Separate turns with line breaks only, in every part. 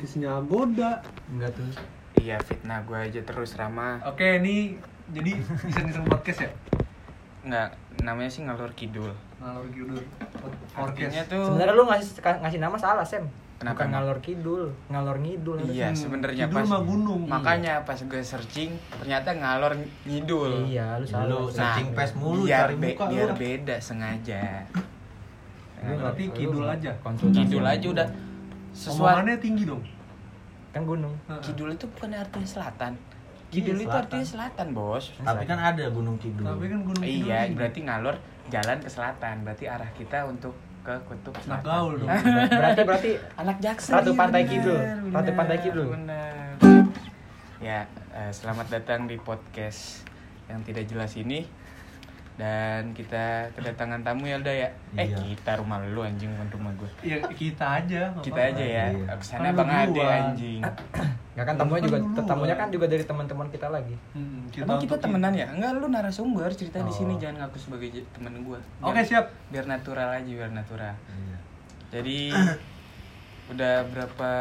Fitnessnya Goda.
Enggak tuh.
Iya, fitnah gue aja terus Rama.
Oke, ini jadi iseng-iseng podcast ya?
Enggak, namanya sih ngalor kidul.
Ngalor kidul.
Artinya
Podcast.
tuh
Sebenarnya lu ngasih nama salah, Sem.
Kenapa?
Bukan ngalor kidul, ngalor ngidul.
Iya, sebenarnya
Kidul
pas
mah gunung.
makanya pas gue searching ternyata ngalor ngidul.
Iya, lu salah.
Lu searching pes mulu
biar
cari muka
biar
lu.
beda sengaja.
Lu berarti kidul aja.
Kidul aja udah sesuatu.
Omongannya tinggi dong.
Kan gunung.
Kidul itu bukan artinya selatan. Kidul itu
selatan.
artinya selatan, Bos.
Tapi kan ada Gunung Kidul.
Tapi kan gunung kidul.
Iya,
tinggi.
berarti ngalor jalan ke selatan. Berarti arah kita untuk ke kutub
Anak
selatan.
gaul dong.
Berarti
Anak Jaksel.
Ratu
iya,
Pantai
bener,
Kidul.
bener,
Ratu Pantai Kidul.
bener. Ya, selamat datang di podcast yang tidak jelas ini. Dan kita kedatangan tamu ya, Alda ya.
Iya.
Kita rumah lu anjing, bukan rumah gue.
Ya kita aja. nggak
Kita
apa-apa.
aja ya.
Iya.
Kesana
Kan lu
Bang Ade
duluan.
anjing.
Enggak kan tamunya juga tamunya kan juga dari teman-teman kita lagi.
Emang kita
untuk-
temenan ya? Enggak, lu narasumber cerita di
Oh.
sini, jangan ngaku sebagai temen gue.
Oke, siap.
Biar natural aja, biar natural.
Iya.
Jadi udah berapa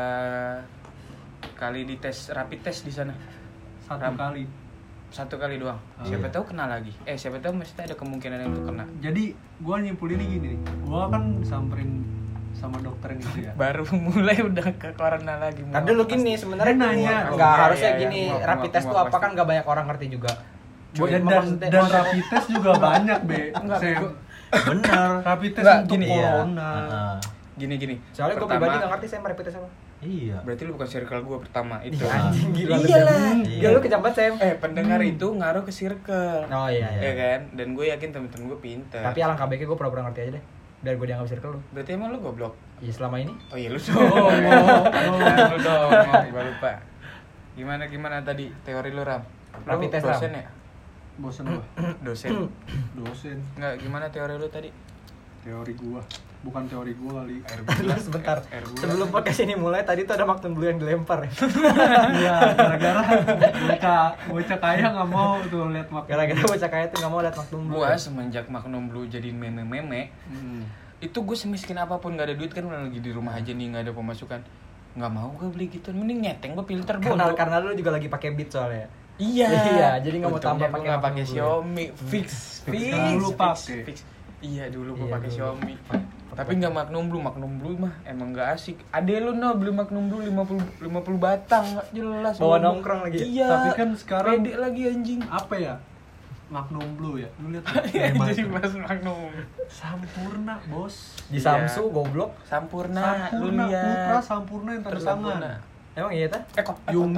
kali dites rapid test di sana?
Satu kali.
Satu kali doang.
Oh,
Siapa
iya.
tahu kena lagi. Siapa tahu mesti ada kemungkinan untuk kena.
Jadi gua nyimpulinnya gini nih. Gua kan disamperin sama dokter gitu ya.
Baru mulai udah ke corona lagi.
Kan dulu gini sebenarnya
Dia nanya.
enggak
Iya,
harusnya
iya,
gini
iya.
rapid test tuh apa kan enggak banyak orang ngerti juga.
Dan rapid test juga banyak, Be.
Enggak,
Sam.
gua-
Bener.
Rapid test
Enggak,
untuk
gini,
Iya.
corona.
Heeh.
Gini.
soalnya gue
Pertama,
pribadi enggak ngerti saya rapid test apa.
Iya.
Berarti lu bukan circle gua pertama itu.
Anjing gila lu.
Iya
Sam.
lah.
Gila lu kejambat Sam.
Pendengar itu ngaruh ke circle.
Oh iya
Ya
iya.
kan? Dan gue yakin temen-temen gue pinter.
Tapi alangkah baiknya gue pura-pura ngerti aja deh. Biar gue dianggap circle lu.
Berarti emang lu goblok?
Ya selama ini.
Oh iya lu dong. Lu dong. Gua lupa. Gimana tadi teori lu, Ram? Lu
Rapid test, Ram.
dosen ya?
Bosen gua.
Dosen.
Dosen.
Enggak, gimana teori lu tadi?
Teori gua. Bukan teori gua kali.
Air
Dulu sebentar.
Air gula.
Sebelum podcast ini mulai tadi tuh ada Magnum Blue yang dilempar ya.
Iya, gara-gara bocah kaya nggak mau tuh lihat makan.
Gara-gara bocah kaya tuh enggak mau lihat Magnum Blue.
Gua semenjak Magnum Blue jadi meme-meme, itu gue semiskin apapun gak ada duit kan lagi di rumah aja nih nggak ada pemasukan, nggak mau gue beli gitu, mending nyeteng gue filter bodoh.
Karena lu juga lagi pakai Beat soalnya.
Iya.
Iya, jadi nggak mau
Untungnya
tambah
gua
pakai
nggak pakai
Magnum Blue.
Xiaomi, fix.
Dulu pakai.
Fix. Iya dulu gue
Iya,
pakai
dulu.
Xiaomi. Tapi nggak Magnum Blue mah emang nggak asik. Ade lu no beli Magnum Blue 50 batang nggak jelas.
Bawa
lu.
nongkrong lagi.
Iya.
Tapi kan sekarang
pede lagi anjing.
apa ya? Magnum Blue ya. Lu lihat
Jadi bahas Magnum.
Sampurna, Bos.
Di
Iya.
Samsu goblok.
Sampurna, lu
Sampurna,
lihat.
Ultra Sampurna yang tanda
Tersampurna.
tangan.
Emang iya ta?
Kok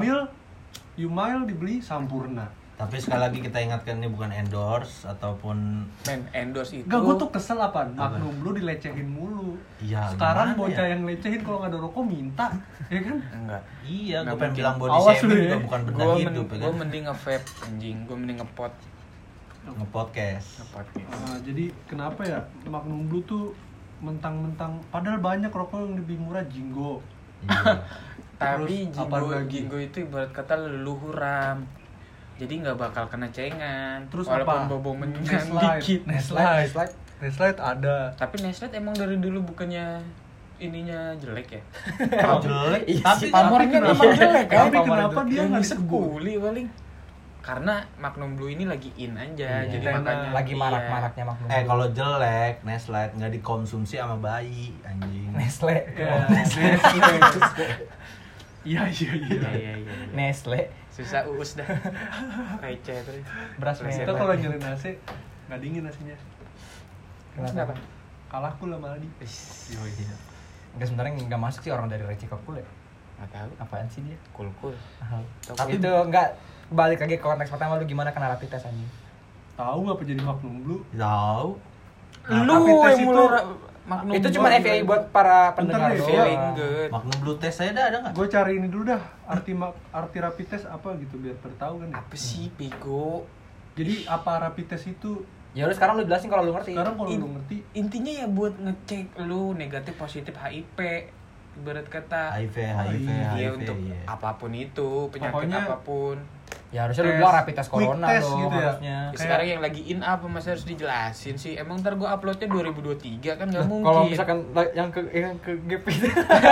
Yumail dibeli Sampurna.
Tapi sekali lagi kita ingatkan ini bukan endorse ataupun
men endorse itu.
Enggak, gua tuh kesel apa?
Apa?
Magnum Blue dilecehin mulu.
Iya,
Sekarang
gimana
bocah
ya?
yang lecehin kalau nggak ada rokok minta, ya kan?
enggak.
Iya,
Nggak
gue pengen
mungkin.
bilang body
Awas lu
shaming
ya.
juga bukan benda hidup ya
Gue
kan.
mending nge-vape anjing, gue mending ngepot.
Nge-podcast.
Jadi kenapa ya Magnum Blue tuh mentang-mentang padahal banyak rokok yang lebih murah Jinggo.
Iya.
Tapi
Terus apaan
Jinggo,
lagi?
Jinggo itu ibarat kata leluhuram. Jadi nggak bakal kena cengan.
Terus
walaupun
apa?
bobo menyan
Neslight.
dikit.
Neslight.
Slide.
Neslight ada.
Tapi Neslight emang dari dulu bukannya ininya jelek ya?
Jelek,
Iya
tapi
sih,
Pamornya
kenapa-
emang jelek kan?
Tapi kenapa dia
Yang
nggak
sekuli paling? Karena Magnum Blue ini lagi in aja,
Iya.
jadi
Karena
makanya
Lagi
iya.
marak-maraknya Magnum Blue.
kalau jelek, Neslight nggak dikonsumsi sama bayi, anjing.
Nestle.
Ya, Iya.
Iya.
Nestle.
Susah uus dah. Receh terus.
Beras
Receh.
Kita
merah.
kalau nyari nasi nggak dingin nasinya.
Kenapa?
Kalahku lah sama Aldi.
Iya.
Enggak sebenarnya enggak masuk sih orang dari receh ke cool ya.
Nggak tahu.
Apaan sih dia?
Cool.
Tapi itu enggak balik lagi ke konteks pertama lu gimana kena rapid test anjing.
Tahu nggak apa jadi Magnum Blue?
Tahu.
Lu
Rapid test
yang mulu
itu-
Magnum
Itu
Blue
cuma
juga.
FYI buat para pendengar
deh,
doang.
feeling good.
Magnum Blue test saya ada nggak?
Gue cari ini dulu dah arti rapid test apa gitu biar bertahu kan ya.
Apa sih bego?
Jadi apa rapid test itu?
Ya udah sekarang lu jelasin kalau lu ngerti.
Sekarang kalau lu ngerti
Intinya ya buat ngecek lu negatif positif HIV. Ibarat kata
HIV,
Oh,
HIV,
iya,
dia
HIV.
untuk
iya.
apapun itu, penyakit
Pokoknya-
apapun.
Ya harusnya lu bilang rapid test
quick
corona
test
dong
gitu ya.
harusnya.
Sekarang yang lagi in apa Mas harus dijelasin sih. Emang ntar gue uploadnya 2023 kan nggak mungkin.
Kalau misalkan yang ke GP itu.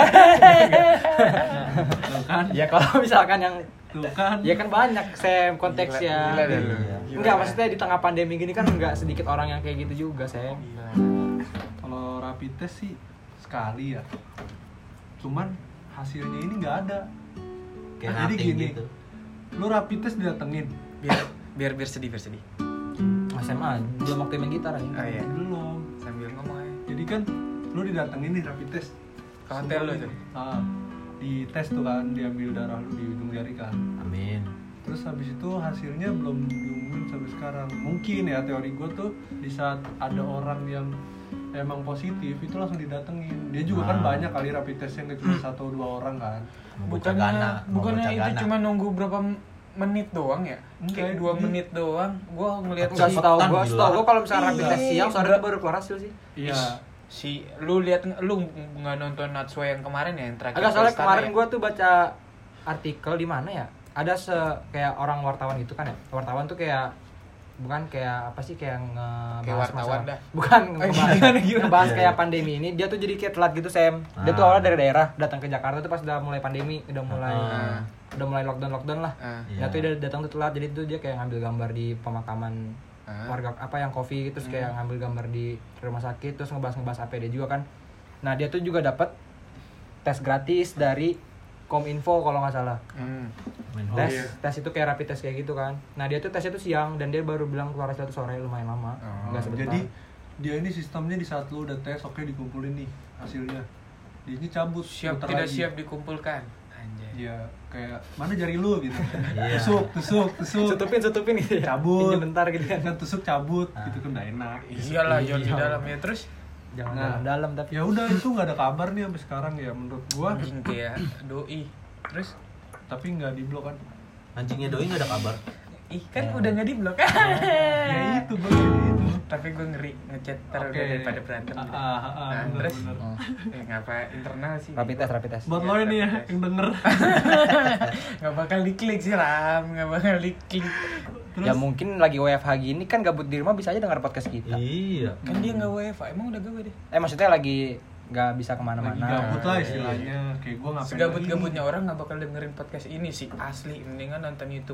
Tuh kan.
Ya kalau misalkan yang
Tuh kan.
ya kan banyak Sam konteksnya.
Gila deh lu.
Iya.
Gila.
Enggak, maksudnya di tengah pandemi gini kan enggak sedikit orang yang kayak gitu juga, Sam.
Kalau rapid test sih sekali ya. Cuman hasilnya ini nggak ada.
Kayak
Jadi
nothing
gini,
gitu.
lu rapid test didatengin.
biar sedih.
SMA belum waktu main gitar aja.
Oh iya.
Belum.
Sambil ngomong aja.
Jadi kan lu didatengin nih rapid test.
Ke hotel lu
Semua
tuh.
di tes tuh kan, diambil darah lu di ujung jari kan.
Amin.
Terus habis itu hasilnya belum diumumin sampai sekarang. Mungkin ya teori gue tuh di saat ada orang yang emang positif itu langsung didatengin. Dia juga kan banyak kali rapid test yang cuma 1-2 orang kan.
Bukannya itu cuma nunggu berapa menit doang ya?
Enggak,
Kayak 2
ini-
menit doang. Gua ngeliat
Enggak, setahu gua
Gila.
kalau misalnya rapid
Iya.
test siang sore itu baru keluar hasil sih.
Iya.
Si lu lihat lu nggak nonton Natsua yang kemarin ya yang terakhir?
Agak soalnya
Istana
kemarin
ya?
gua tuh baca artikel di mana ya? Ada kayak orang wartawan gitu kan ya. Wartawan tuh kayak bukan kayak apa sih kayak ngebahas
Kayak wartawan
masalah.
dah.
Bukan
Gimana?
ngebahas
Iya,
kayak
iya.
pandemi ini. Dia tuh jadi kayak telat gitu, Sam. Dia tuh awalnya dari daerah datang ke Jakarta tuh pas udah mulai pandemi, udah mulai lockdown lah.
Ah.
Dia tuh udah datang tuh telat, jadi tuh dia kayak ngambil gambar di pemakaman warga apa yang COVID, terus kayak ngambil gambar di rumah sakit, terus ngebahas APD juga kan. Nah dia tuh juga dapat tes gratis dari Kominfo kalau nggak salah. Tes itu kayak rapid test kayak gitu kan. Nah dia tuh tesnya tuh siang dan dia baru bilang keluar hasil tuh sore, lumayan lama, nggak sebentar.
Jadi dia ini sistemnya di saat lu udah tes, oke dikumpulin nih hasilnya. Dia ini cabut,
Siap
muter
tidak
lagi.
siap dikumpulkan. Anjay.
Iya, kayak mana jari lu gitu.
Iya.
Tusuk.
Tutupin gitu ya.
Cabut.
Pinjem bentar gitu kan.
Kan tusuk cabut, gitu kan nggak enak.
Iyalah jangan di dalam ya terus
Jangan
Nah.
dalam tapi.
Ya udah itu nggak ada kabar nih sampai sekarang ya menurut gua.
anjing kayak doi. Terus
Tapi nggak di blok kan.
Anjingnya doi nggak ada kabar.
ih kan udah nggak di blok.
Ya itu gue itu.
Tapi gue ngeri ngechat ntar
Oke.
udah daripada berantem. Nah, terus ngapa internal sih?
Rapid test.
Buat lo ini ya yang denger.
Nggak bakal diklik sih Ram, nggak bakal diklik.
Terus
Ya mungkin lagi WFH gini kan gabut di rumah bisa aja denger podcast kita.
Iya.
Kan dia nggak WFA, emang udah gawe deh.
Maksudnya lagi nggak bisa
lagi
kemana-mana.
gabut lah istilahnya. Kayak gua ngapain
Segabut-gabutnya orang nggak bakal dengerin podcast ini sih asli. Mendingan nonton YouTube.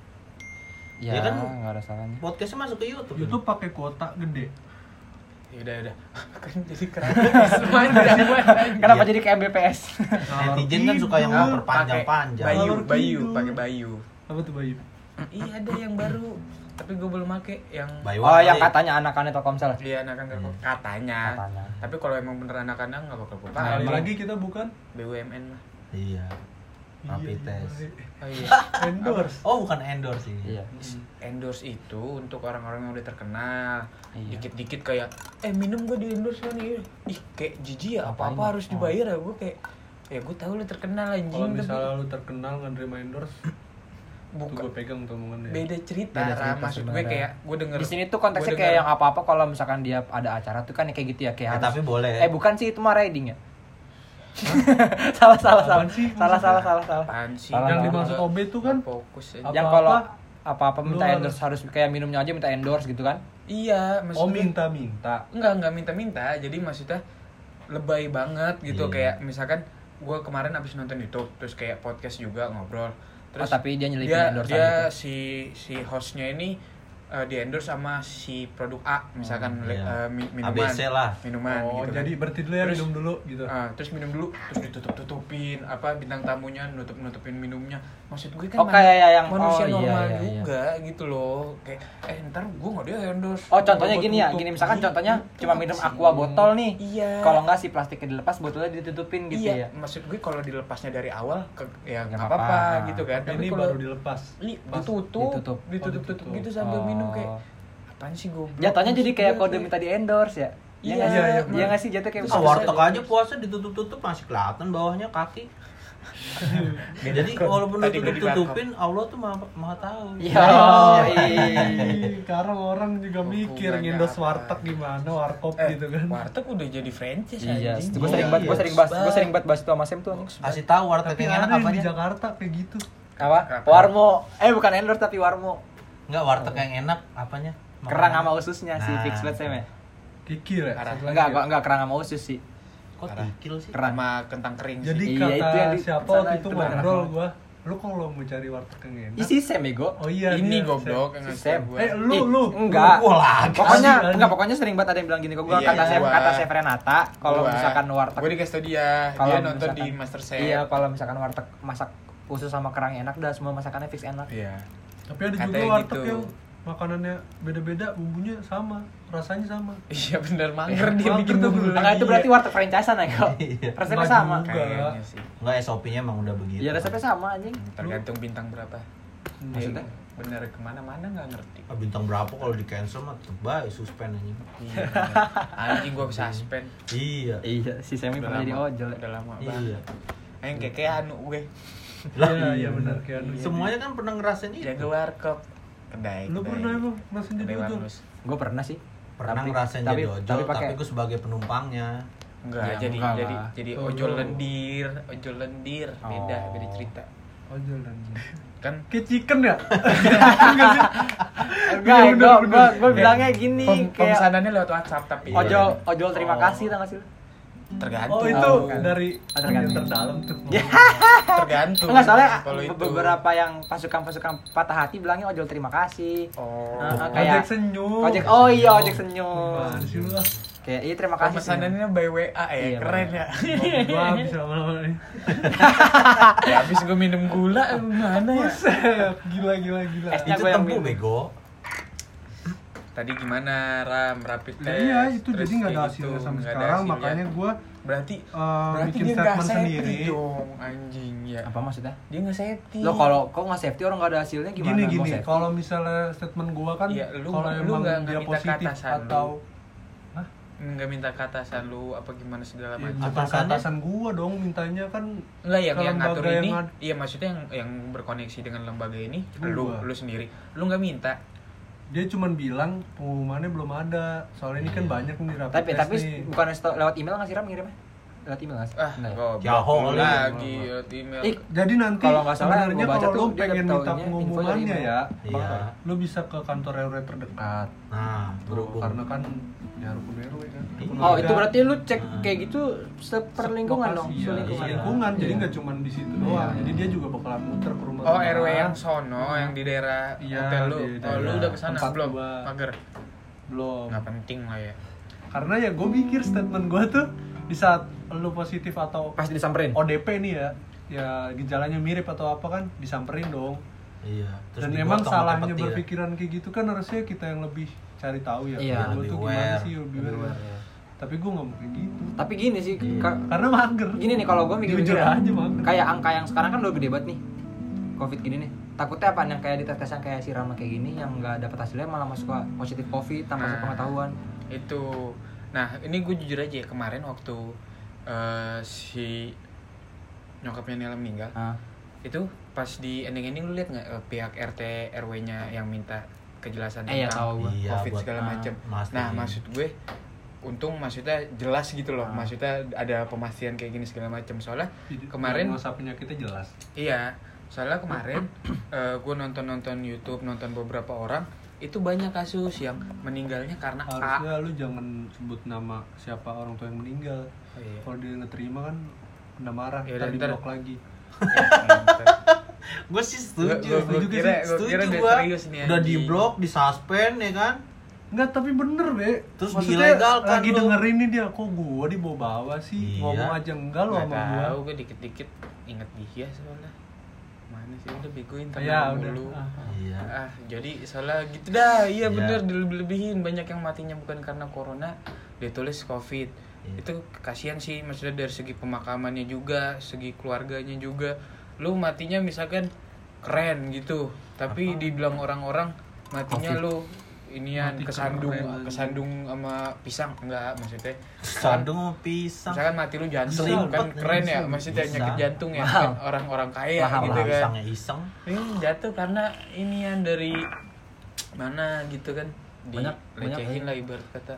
Ya,
Ya kan?
nggak ada salahnya.
Podcastnya masuk ke YouTube.
YouTube pakai kuota gede.
Yaudah. Kan jadi keren. Semuanya
Kenapa
Iya.
jadi kayak MBPS?
Netizen kan suka yang
Kalau
mau perpanjang-panjang.
Bayu, pakai Bayu.
Apa tuh Bayu?
Iya ada yang baru, tapi gue belum make yang
Oh, yang katanya anakannya Telkomsel.
dia anak-anak katanya.
Katanya.
Tapi kalau emang bener anak-anak nggak bakal gue
Nah,
pakai.
lagi kita bukan
BUMN mah.
Iya. Rapid test.
Oh iya.
endorse.
Oh, bukan endorse sih.
Iya.
Endorse itu untuk orang-orang yang udah terkenal.
Iya.
Dikit-dikit kayak minum gue di endorse kan nih. Ih kayak jijik ya,
Ngapain?
apa-apa harus dibayar ya. Gue kayak ya gue tahu lu terkenal anjing
Kalau
tapi
misalnya lu terkenal ngerima endorse,
bukan
gue pegang tuh omongannya.
beda cerita,
Beda cerita
maksud gue
sebenarnya.
kayak gue denger
Di sini tuh konteksnya
gua
kayak
denger-
yang apa-apa kalau misalkan dia ada acara tuh kan kayak gitu ya kayak
Ya,
harus.
tapi boleh.
Bukan sih itu mah riding ya. salah.
Apaan sih?
Salah.
apaan sih
Salah,
Yang
salah.
dimaksud OB tuh kan
fokus aja.
Apa-
Yang kalau apa-apa
lu
minta endorse harus kayak minumnya aja minta endorse gitu kan.
Iya,
oh
maksudnya
minta-minta.
enggak minta-minta. Jadi maksudnya lebay banget gitu.
Iya.
Kayak misalkan gue kemarin abis nonton YouTube terus kayak podcast juga ngobrol. Terus
tapi dia nyelipin endorse
dia
gitu.
si hostnya ini di endorse sama si produk A misalkan
iya.
minuman
ABC lah.
minuman
Oh,
gitu kan.
jadi berarti dulu ya
Terus-
minum dulu gitu.
Terus minum dulu terus ditutup-tutupin apa bintang tamunya nutupin minumnya. Maksud gue kan
Oh, kayak yang-
manusia
oh, iya,
normal
iya, iya.
juga gitu loh. Kayak ntar gue nggak dia endorse.
Oh, contohnya
Gua
gini ya.
tutup.
Gini misalkan contohnya
Gitu
cuma minum
sih.
aqua botol nih.
Iya.
Kalau enggak si plastiknya dilepas, botolnya ditutupin gitu
Iya,
ya.
maksud gue kalau dilepasnya dari awal ya
Nggak
nggak apa-apa
apa-apa.
gitu kan.
Tapi ini
kalau
baru dilepas. Pas
ditutup
ditutup.
gitu sambil
Oh.
minum kayak apaan sih goblok.
Jatuhnya jadi kayak
Maksud
kode
gue
minta di endorse ya.
Iya,
nggak sih?
iya,
Iya nggak sih jatuh kayak
Ah, warteg aja puasa ditutup-tutup masih kelihatan bawahnya kaki. Jadi walaupun
Tadi gua
ditutup-tutupin, Allah tuh maha tahu.
Iya.
Sekarang orang juga mikir
Hubungannya
ngendos
apa?
warteg gimana, warkop gitu kan.
Warteg udah jadi franchise
Iya,
anjing.
gue sering
Iya,
bahas, gue sering bahas itu sama Sam tuh.
Kasih tahu warteg
Tapi
yang
ada
enak
yang di
apanya?
Jakarta kayak gitu.
Apa? Warmo. Bukan endorse tapi Warmo.
Enggak, warteg yang enak apanya?
Kerang sama ususnya si
Nah.
Fix Fat Sam ya.
Kikil ya?
Parah.
Satu lagi ya?
Enggak kerang sama usus sih.
Kok
Parah.
kikil sih?
Kerang.
Sama kentang kering
Jadi
sih.
Iya,
kata
itu yang di
siapa
sana
waktu itu
itu
ngobrol
enak.
gua, lu kalau mau cari warteg yang enak.
Isi Sam ego.
Oh iya.
Ini
dia,
goblok
Sam.
yang
Si
ngasih
Sam.
gua.
Lu.
Enggak.
Gua lagi.
Pokoknya
Asli.
enggak, pokoknya sering banget ada yang bilang gini ke gua,
Iya,
kata
gua.
kata Chef Renata kalau
Gua.
misalkan warteg.
Gua dikasih tau dia
Kalau
nonton
misalkan-
di Masterchef.
Iya, kalau misalkan warteg masak usus sama kerang enak, dah semua masakannya fix enak.
Iya.
Tapi ada juga
Katanya
warteg
gitu.
yang makanannya beda-beda, bumbunya sama, rasanya sama.
Iya bener, mager dia
Mager
bikin
tuh
bumbu.
bener.
Enggak, itu berarti warteg franchise-an ya kok.
Iya.
Resepnya
Enggak
sama.
juga.
Kayaknya sih.
Enggak, SOP-nya emang udah begitu.
Iya, resepnya sama anjing.
Tergantung bintang berapa.
Maksudnya?
Bener kemana-mana nggak ngerti.
Bintang berapa kalau di cancel mah tetep baik suspend anjing.
Iya. Anjing gua suspend.
Iya.
Iya, si Semi pernah jadi ojol.
Udah lama
Iya.
banget. Yang kayak anu gue.
Iya benar kayak anu.
Semuanya kan pernah ngerasain itu.
Jaga warkop. Kedai.
Lu pernah emang ngerasain jadi
Kedai
ojol?
Warmus.
Gue pernah sih.
Pernah
Tapi-
ngerasain
tapi-
jadi ojol,
tapi
tapi,
pakai-
gue sebagai penumpangnya.
Enggak,
Ya,
jadi
enggak
jadi
lah.
jadi
Oh,
ojol
lu.
lendir, beda
Oh.
beda cerita.
Ojol dan
Kan
kayak chicken ya?
Enggak,
Iya, bener.
gue bilangnya gini kayak
pemesanannya lewat WhatsApp tapi
ojol ojol terima kasih tau gak sih lu?
tergantung.
Oh itu
bukan.
dari
Tergantung.
yang terdalam tuh.
Tergantung.
Enggak, soalnya
kalau itu
beberapa yang pasukan-pasukan patah hati bilangnya ojol terima kasih.
Oh.
Kayak
Ojek senyum.
Ojek, oh iya ojek senyum.
Gimana sih lu?
Kayak iya terima kasih.
Pemesanannya by WA ya,
Iya,
keren
bener.
ya.
Gua habis lama-lama nih.
Ya habis gue minum gula gimana ya?
Buset, gila.
Esnya
Itu
gue yang
tempuh
minum.
bego.
Tadi gimana Ram rapid
Nah,
test?
iya itu
terus
jadi nggak ada
kayak
hasilnya
gitu,
sampai
nggak ada
sekarang,
hasilnya.
makanya gua
berarti
bikin
dia nggak
statement
safety
sendiri.
dong anjing ya.
Apa maksudnya?
Dia nggak safety.
Lo kalau kok nggak safety orang nggak ada hasilnya gimana? Mau
Gini,
safety?
kalau misalnya statement gua kan
Iya, lu
kalau emang
nggak
dia
minta
positif
keatasan lu.
atau
nggak minta ke atasan lu apa gimana segala
ya,
macam.
bukan ke
Atasannya?
atasan gua dong mintanya kan
Enggak yang
ke
ngatur
lembaga
ini.
yang
Iya maksudnya yang berkoneksi dengan lembaga ini
Gua.
lu sendiri. Lu nggak minta.
dia cuman bilang pengumumannya belum ada. Soalnya ini kan
Iya.
banyak nih rapid
Tapi
test nih.
bukan lewat email nggak sih Ram ngirimnya? Lewat email nggak sih?
Ah,
Nggak ya?
kok
Yahoo kali ya.
lagi email.
Ih,
Jadi nanti
Kalau nggak salah,
sebenarnya
gua baca
kalau
tuh
lu
dia
pengen
dapet
minta
taunya
pengumumannya
info dari
ya,
Iya.
lu bisa ke kantor RW terdekat.
Nah,
Tuh,
berhubung.
karena kan ya rukun RW kan. Rukun
Oh,
warga.
itu berarti lu cek kayak gitu seperlingkungan dong,
Lokasi, ya.
selingkungan.
Selingkungan, jadi
Iya.
nggak cuman di situ doang.
Iya.
Jadi dia juga bakalan muter ke rumah.
Oh, RW yang sono yang di daerah
Iya,
hotel lu.
di
Oh, lu
daerah
udah kesana
tempat
belum?
gua.
Mager.
belum.
Nggak penting lah ya.
Karena ya gue pikir statement gue tuh di saat lu positif atau
Pasti disamperin.
ODP nih ya gejalanya mirip atau apa kan disamperin dong.
Iya.
Dan
digotong
emang
pakai
salahnya
peti ya.
berpikiran kayak gitu kan harusnya kita yang lebih cari tahu ya.
Iya,
Gua
lebih
tuh gimana
aware.
sih lebih
Lebih
aware.
aware, ya.
Tapi gue nggak mau kayak gitu.
Tapi gini sih,
Iya.
Karena mager.
gini nih kalau gue mikir-mikir
Jujur aja mager.
kayak angka yang sekarang kan udah gede banget nih. Covid gini nih. Takutnya apa yang kayak di tes yang kayak si Rama kayak gini yang nggak dapat hasilnya malah masuk ke positif Covid tanpa
Nah.
sepengetahuan.
Itu. Nah, ini gue jujur aja ya, kemarin waktu si nyokapnya Nela meninggal.
Nah,
Itu pas di ending-ending lu lihat nggak pihak RT RW-nya yang minta kejelasan
iya
tentang
tahu gue.
Iya,
Covid
buat
segala macam.
mastiin.
Nah, maksud gue untung maksudnya jelas gitu loh.
Ah.
Maksudnya ada pemastian kayak gini segala macam. Soalnya kemarin
masa penyakitnya jelas.
iya, soalnya kemarin gue nonton YouTube, nonton beberapa orang itu banyak kasus yang meninggalnya karena A.
Harusnya lu jangan sebut nama siapa orang tua yang meninggal.
Oh, iya.
Kalau dia nggak terima kan kena marah,
Ya
ntar
udah,
di
ntar.
blok lagi.
Gue sih setuju,
Gua
setuju
kira-
sih,
gua
setuju
kira udah
gua.
serius nih,
Udah
anjing.
di blok, di suspend ya kan?
Enggak, tapi bener be.
Terus
Maksudnya
diilegalkan
lagi
lu.
dengerin nih dia, kok gua dibawa-bawa sih.
Iya.
Ngomong aja enggak lo
Nggak
sama gua.
tahu, gue dikit-dikit inget dia soalnya. Mana sih udah begoin
Ya
teman
udah.
mulu.
Iya.
Jadi soalnya gitu dah. Iya
Iya.
bener, dilebih-lebihin. Banyak yang matinya bukan karena corona, dia tulis Covid.
Iya.
Itu kasihan sih, maksudnya dari segi pemakamannya juga, segi keluarganya juga. Lu matinya misalkan keren gitu, tapi dibilang orang-orang matinya
Covid.
lu inian
Mati
kesandung
keren.
kesandung sama pisang enggak maksudnya.
Sandung sama pisang.
Misalkan mati lu jantung
Selimpet
kan keren ya,
bisa.
maksudnya
Bisa.
nyakit jantung ya,
Mahal.
kan orang-orang kaya
Mahal,
gitu kan.
Pisangnya iseng.
Ini jatuh karena inian dari mana gitu kan,
Banyak,
dilecehin
banyak,
lah ibarat kata.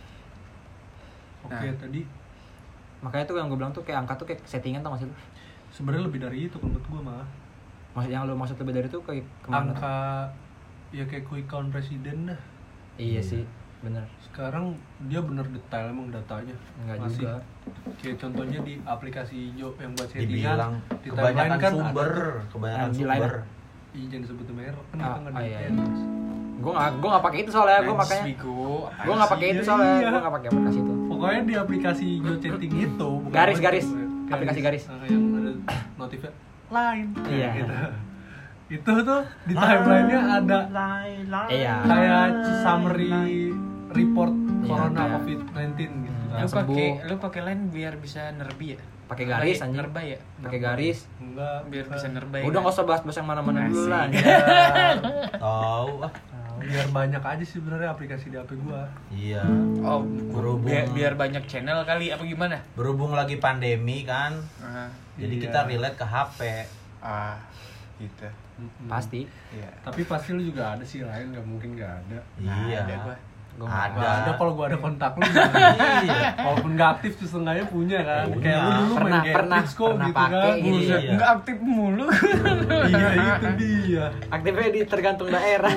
Oke,
Nah.
tadi
Makanya tuh yang gue bilang tuh kayak angka tuh kayak settingan tau gak sih lu?
sebenarnya lebih dari itu menurut gue mah.
Maksud yang lu maksud lebih dari itu kayak kemana?
Angka ya kayak quick count presiden dah.
Iya sih, bener.
Sekarang dia bener detail emang datanya.
Enggak
Masih.
juga.
Kayak contohnya di aplikasi hijau yang buat
Dibilang
settingan di
kebanyakan
timeline kan
sumber,
ada.
kebanyakan
Di
sumber.
Ih, jangan disebut merek kan
Ah,
kita nggak
iya,
di-endorse.
Gue nggak pakai itu soalnya, gue makanya gue nggak pakai itu soalnya,
Iya.
gue nggak pakai aplikasi itu.
Pokoknya di aplikasi hijau chatting itu bukan
Garis-garis.
apa,
Aplikasi garis.
yang ada notifnya line
Iya.
gitu. Itu tuh di timeline-nya ada
Iya.
kayak summary report
Iya,
corona
kayak-
COVID-19 gitu.
Lu pakai line biar bisa nerbi ya?
Pakai garis anjing.
Nerba ya?
Pakai garis.
Enggak,
Biar
bukan.
bisa nerba.
Udah nggak usah bahas-bahas yang mana-mana dulu lah.
Asik.
Tahu ah.
Biar banyak aja sih sebenarnya aplikasi di HP gua.
Iya.
Oh,
Berhubung-
biar banyak channel kali apa gimana?
Berhubung lagi pandemi kan, jadi
Iya.
kita relate ke HP.
Gitu.
Pasti.
Iya.
Tapi pasti lu juga ada sih lain, nggak mungkin nggak ada.
Iya.
Ada gua.
Gua
Ada.
Nggak ada kalau gua ada kontak lu.
Iya.
Walaupun nggak aktif tuh seenggaknya punya kan.
Punya.
Kayak lu dulu
Pernah-
main
pernah-
Gatrix kok
pernah
gitu
pakai
kan.
gitu.
Buset,
Iya.
nggak aktif mulu.
Iya itu dia.
Aktifnya di tergantung daerah.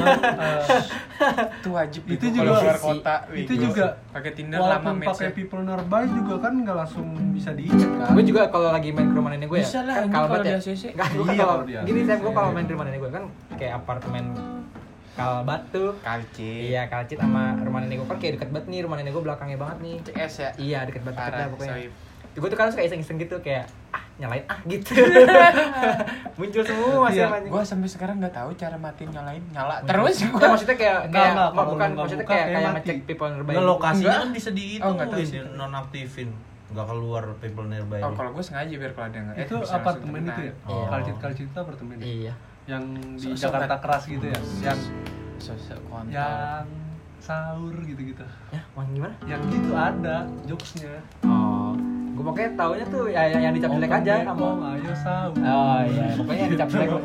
Itu wajib
Itu
itu
juga
kalau keluar
sih.
kota.
Itu
Wih,
juga
pakai Tinder lama
walaupun
match
pakai people nearby juga kan nggak langsung bisa diinjak kan.
Gue juga kalau lagi main ke rumah nenek gue ya.
Bisa lah,
Kan
ini
kalau
kalau
banget ya.
di ACC.
Nggak, gue
Iya,
kalau
kalau di
gini
ACC.
saya gue kalau main ke rumah nenek gue kan kayak apartemen Kalbat tuh.
Kalci.
Iya, Kalcit sama rumah nenek gue kan kayak deket banget nih, rumah nenek gue belakangnya banget nih.
CS ya.
Iya, deket banget
Parah,
dah pokoknya.
soib.
Gue tuh kadang suka iseng-iseng gitu kayak nyalain gitu. Muncul semua sih
Iya,
emang.
Gua sampai sekarang nggak tahu cara matiin nyalain nyala terus
Enggak,
gua.
maksudnya kayak
Enggak, kalau
bukan
lu nggak
maksudnya
buka,
kayak
kayak mati.
ngecek people nearby.
Nggak, lokasinya
Enggak.
kan bisa
Oh, nggak tahu
diituin,
sih.
di nonaktifin. Nggak keluar people nearby.
Oh, kalau gua sengaja biar kalau ada nggak.
Itu
bisa langsung
apartemen itu ya?
kena.
Oh.
Kalcit-kalcit itu apartemen. ya?
Iya.
Yang di
Sosok
Jakarta
kan?
keras gitu ya. Yang
Sosok kontol.
yang sahur gitu-gitu.
Ya, mau gimana?
Yang gitu ada jokesnya.
Oh, gue pokoknya taunya tuh ya yang dicap jelek
Open
aja
BO,
sama.
ayo sahur.
Oh iya, pokoknya yang dicap jelek.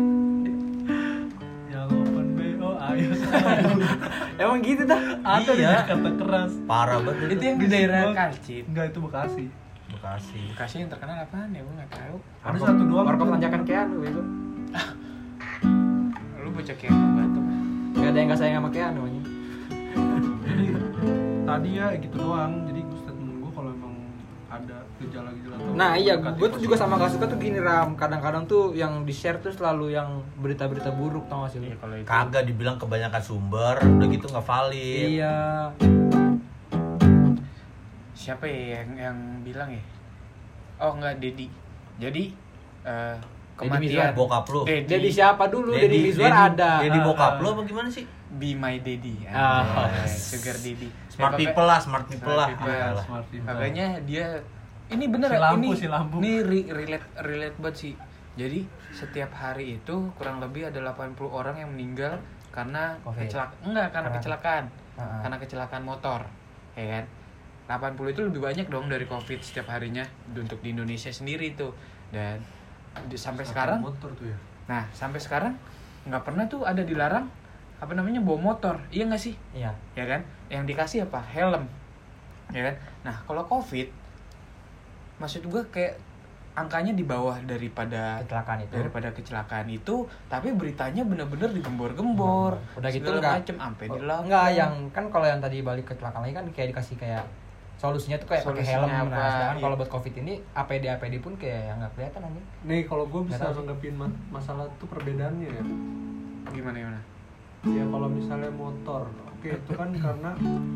Yang open BO, ayo sahur.
Emang gitu dah.
Ada di
Iya.
Jakarta keras.
Parah banget
Itu yang di daerah Kalcit.
Enggak, itu Bekasi.
Bekasi.
Bekasi yang terkenal apaan ya? Gua nggak tahu.
Ada satu doang.
Warkop
tuh.
tanjakan Keanu itu.
Lu bocah kayak batu.
Gak ada yang gak sayang sama Keanu namanya.
Jadi tadi ya gitu doang. Jadi statement gue kalau emang ada gejala-gejala atau
Nah iya,
mendekati
gue tuh juga
positif.
sama gak suka tuh gini Ram. Kadang-kadang tuh yang di share tuh selalu yang berita-berita buruk, tau gak sih lu?
Iya, kalau itu.
Kagak dibilang kebanyakan sumber, udah gitu nggak valid.
Iya.
Siapa ya yang bilang ya? Oh enggak, Dedi. Jadi
Mizwar.
Bokap lu.
Dedi siapa dulu? Dedi Mizwar ada.
Dedi bokap lu apa gimana sih?
Be my daddy.
Ah.
Sugar daddy.
Smart
Ya,
people lah, smart people lah.
people.
Iyalah.
Smart people.
Makanya dia ini bener
Si lampu,
ini
si lampu.
ini relate banget sih. Jadi setiap hari itu kurang lebih ada 80 orang yang meninggal karena
Covid.
karena kecelakaan.
Ah.
Karena kecelakaan motor, ya kan? 80 itu lebih banyak dong dari Covid setiap harinya untuk di Indonesia sendiri tuh. Dan sampai sekarang
motor tuh ya.
nah, sampai sekarang nggak pernah tuh ada dilarang apa namanya bawa motor. Iya nggak sih?
Iya.
Ya kan, yang dikasih apa, helm, ya kan. Nah kalau COVID, maksud gue kayak angkanya di bawah daripada kecelakaan itu, tapi beritanya bener-bener digembor-gembor,
Udah gitu
segala
enggak
macem, sampai di lockdown.
enggak yang kan kalau yang tadi balik kecelakaan lagi kan kayak dikasih kayak solusinya tuh kayak pakai helm.
Solusinya
Nah,
apa,
sedangkan
iya.
kalau buat Covid ini APD pun kayak yang nggak kelihatan anjing.
Nih kalau gue bisa
Nggak tahu sih.
nanggepin masalah tuh perbedaannya ya.
Gimana?
Ya kalau misalnya motor, oke itu kan karena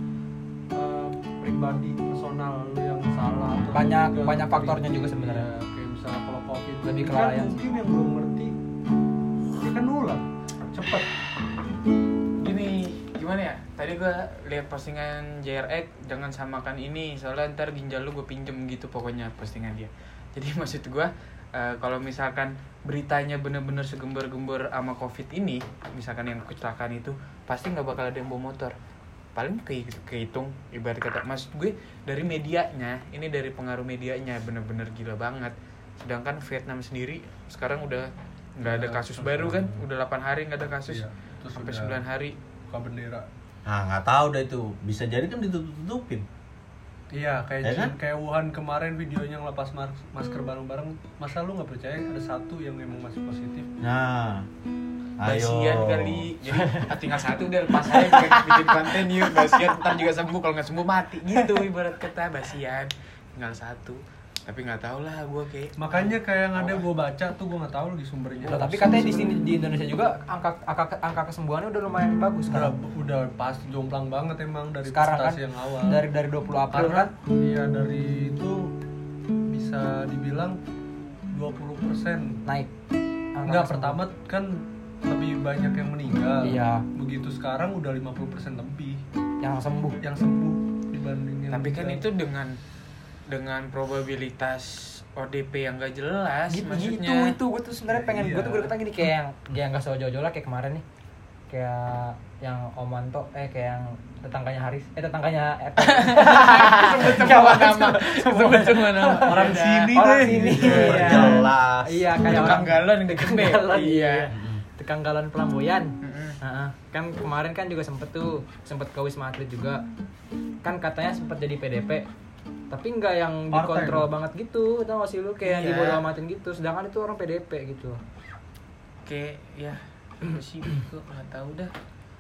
pribadi personal lu yang salah. atau
Banyak faktornya juga sebenarnya.
Iya, kayak misalnya kalau covid
Lebih
kan
kelalaian sih.
mungkin yang belum ngerti, dia kan nular cepet.
Gini, gimana ya? Tadi gue lihat postingan JRX, jangan samakan ini, soalnya ntar ginjal lu gue pinjem gitu pokoknya postingan dia. Jadi maksud gue, kalau misalkan beritanya bener-bener segembar-gembor sama COVID ini, misalkan yang kecelakaan itu, pasti nggak bakal ada yang bawa motor. Paling kehitung, ibarat kata, maksud gue dari medianya, ini dari pengaruh medianya bener-bener gila banget. Sedangkan Vietnam sendiri sekarang udah nggak ada kasus baru kan, udah 8 hari nggak ada kasus,
Iya, terus
sampai
udah
9 hari.
buka bendera.
Nah, nggak tahu dah itu. Bisa jadi kan ditutup-tutupin.
Iya, kayak
Ya kan?
kayak Wuhan kemarin videonya ngelepas masker bareng-bareng. Masa lu nggak percaya ada satu yang emang masih positif?
Nah, ayo.
Basian kali. Jadi tinggal satu udah lepas aja bikin konten yuk. Basian ntar juga sembuh, kalau nggak sembuh mati gitu ibarat kata basian. Tinggal satu. Tapi nggak tahu lah gue kayak.
Makanya kayak yang ada gue baca tuh gue nggak tahu di sumbernya.
Loh, tapi katanya di sini di Indonesia juga angka kesembuhannya udah lumayan bagus sekarang.
udah pas jomplang banget emang dari
Sekarang kan
presentasi yang awal.
dari 20 April
Karena
kan.
iya dari itu bisa dibilang 20%
Naik. Angka
Enggak,
kesembuhan.
pertama kan lebih banyak yang meninggal.
Iya.
Begitu sekarang udah 50% lebih
yang sembuh.
yang sembuh dibanding yang
Tapi kan
meninggal.
itu dengan probabilitas ODP yang gak jelas
Gitu
maksudnya.
itu gue tuh sebenarnya pengen
Iya.
gue tuh deketan gini kayak yang nggak jauh-jauh lah kayak kemarin nih, kayak yang Omanto kayak yang tetangganya Haris tetangganya
Semua nama. Semua nama.
Orang sini
orang
deh.
sini
Jelas.
iya kayak orang
Tukang galon yang deket deh.
galon,
Iya.
tukang galon pelamboyan.
Mm-mm.
Kan kemarin kan juga sempet ke Wisma Atlet juga kan, katanya sempet jadi PDP tapi nggak yang
Part-time.
dikontrol banget gitu, tau gak sih lu kayak
Iya.
dibodo amatin gitu, sedangkan itu orang PDP gitu.
Kayak ya apa sih gue nggak tahu dah.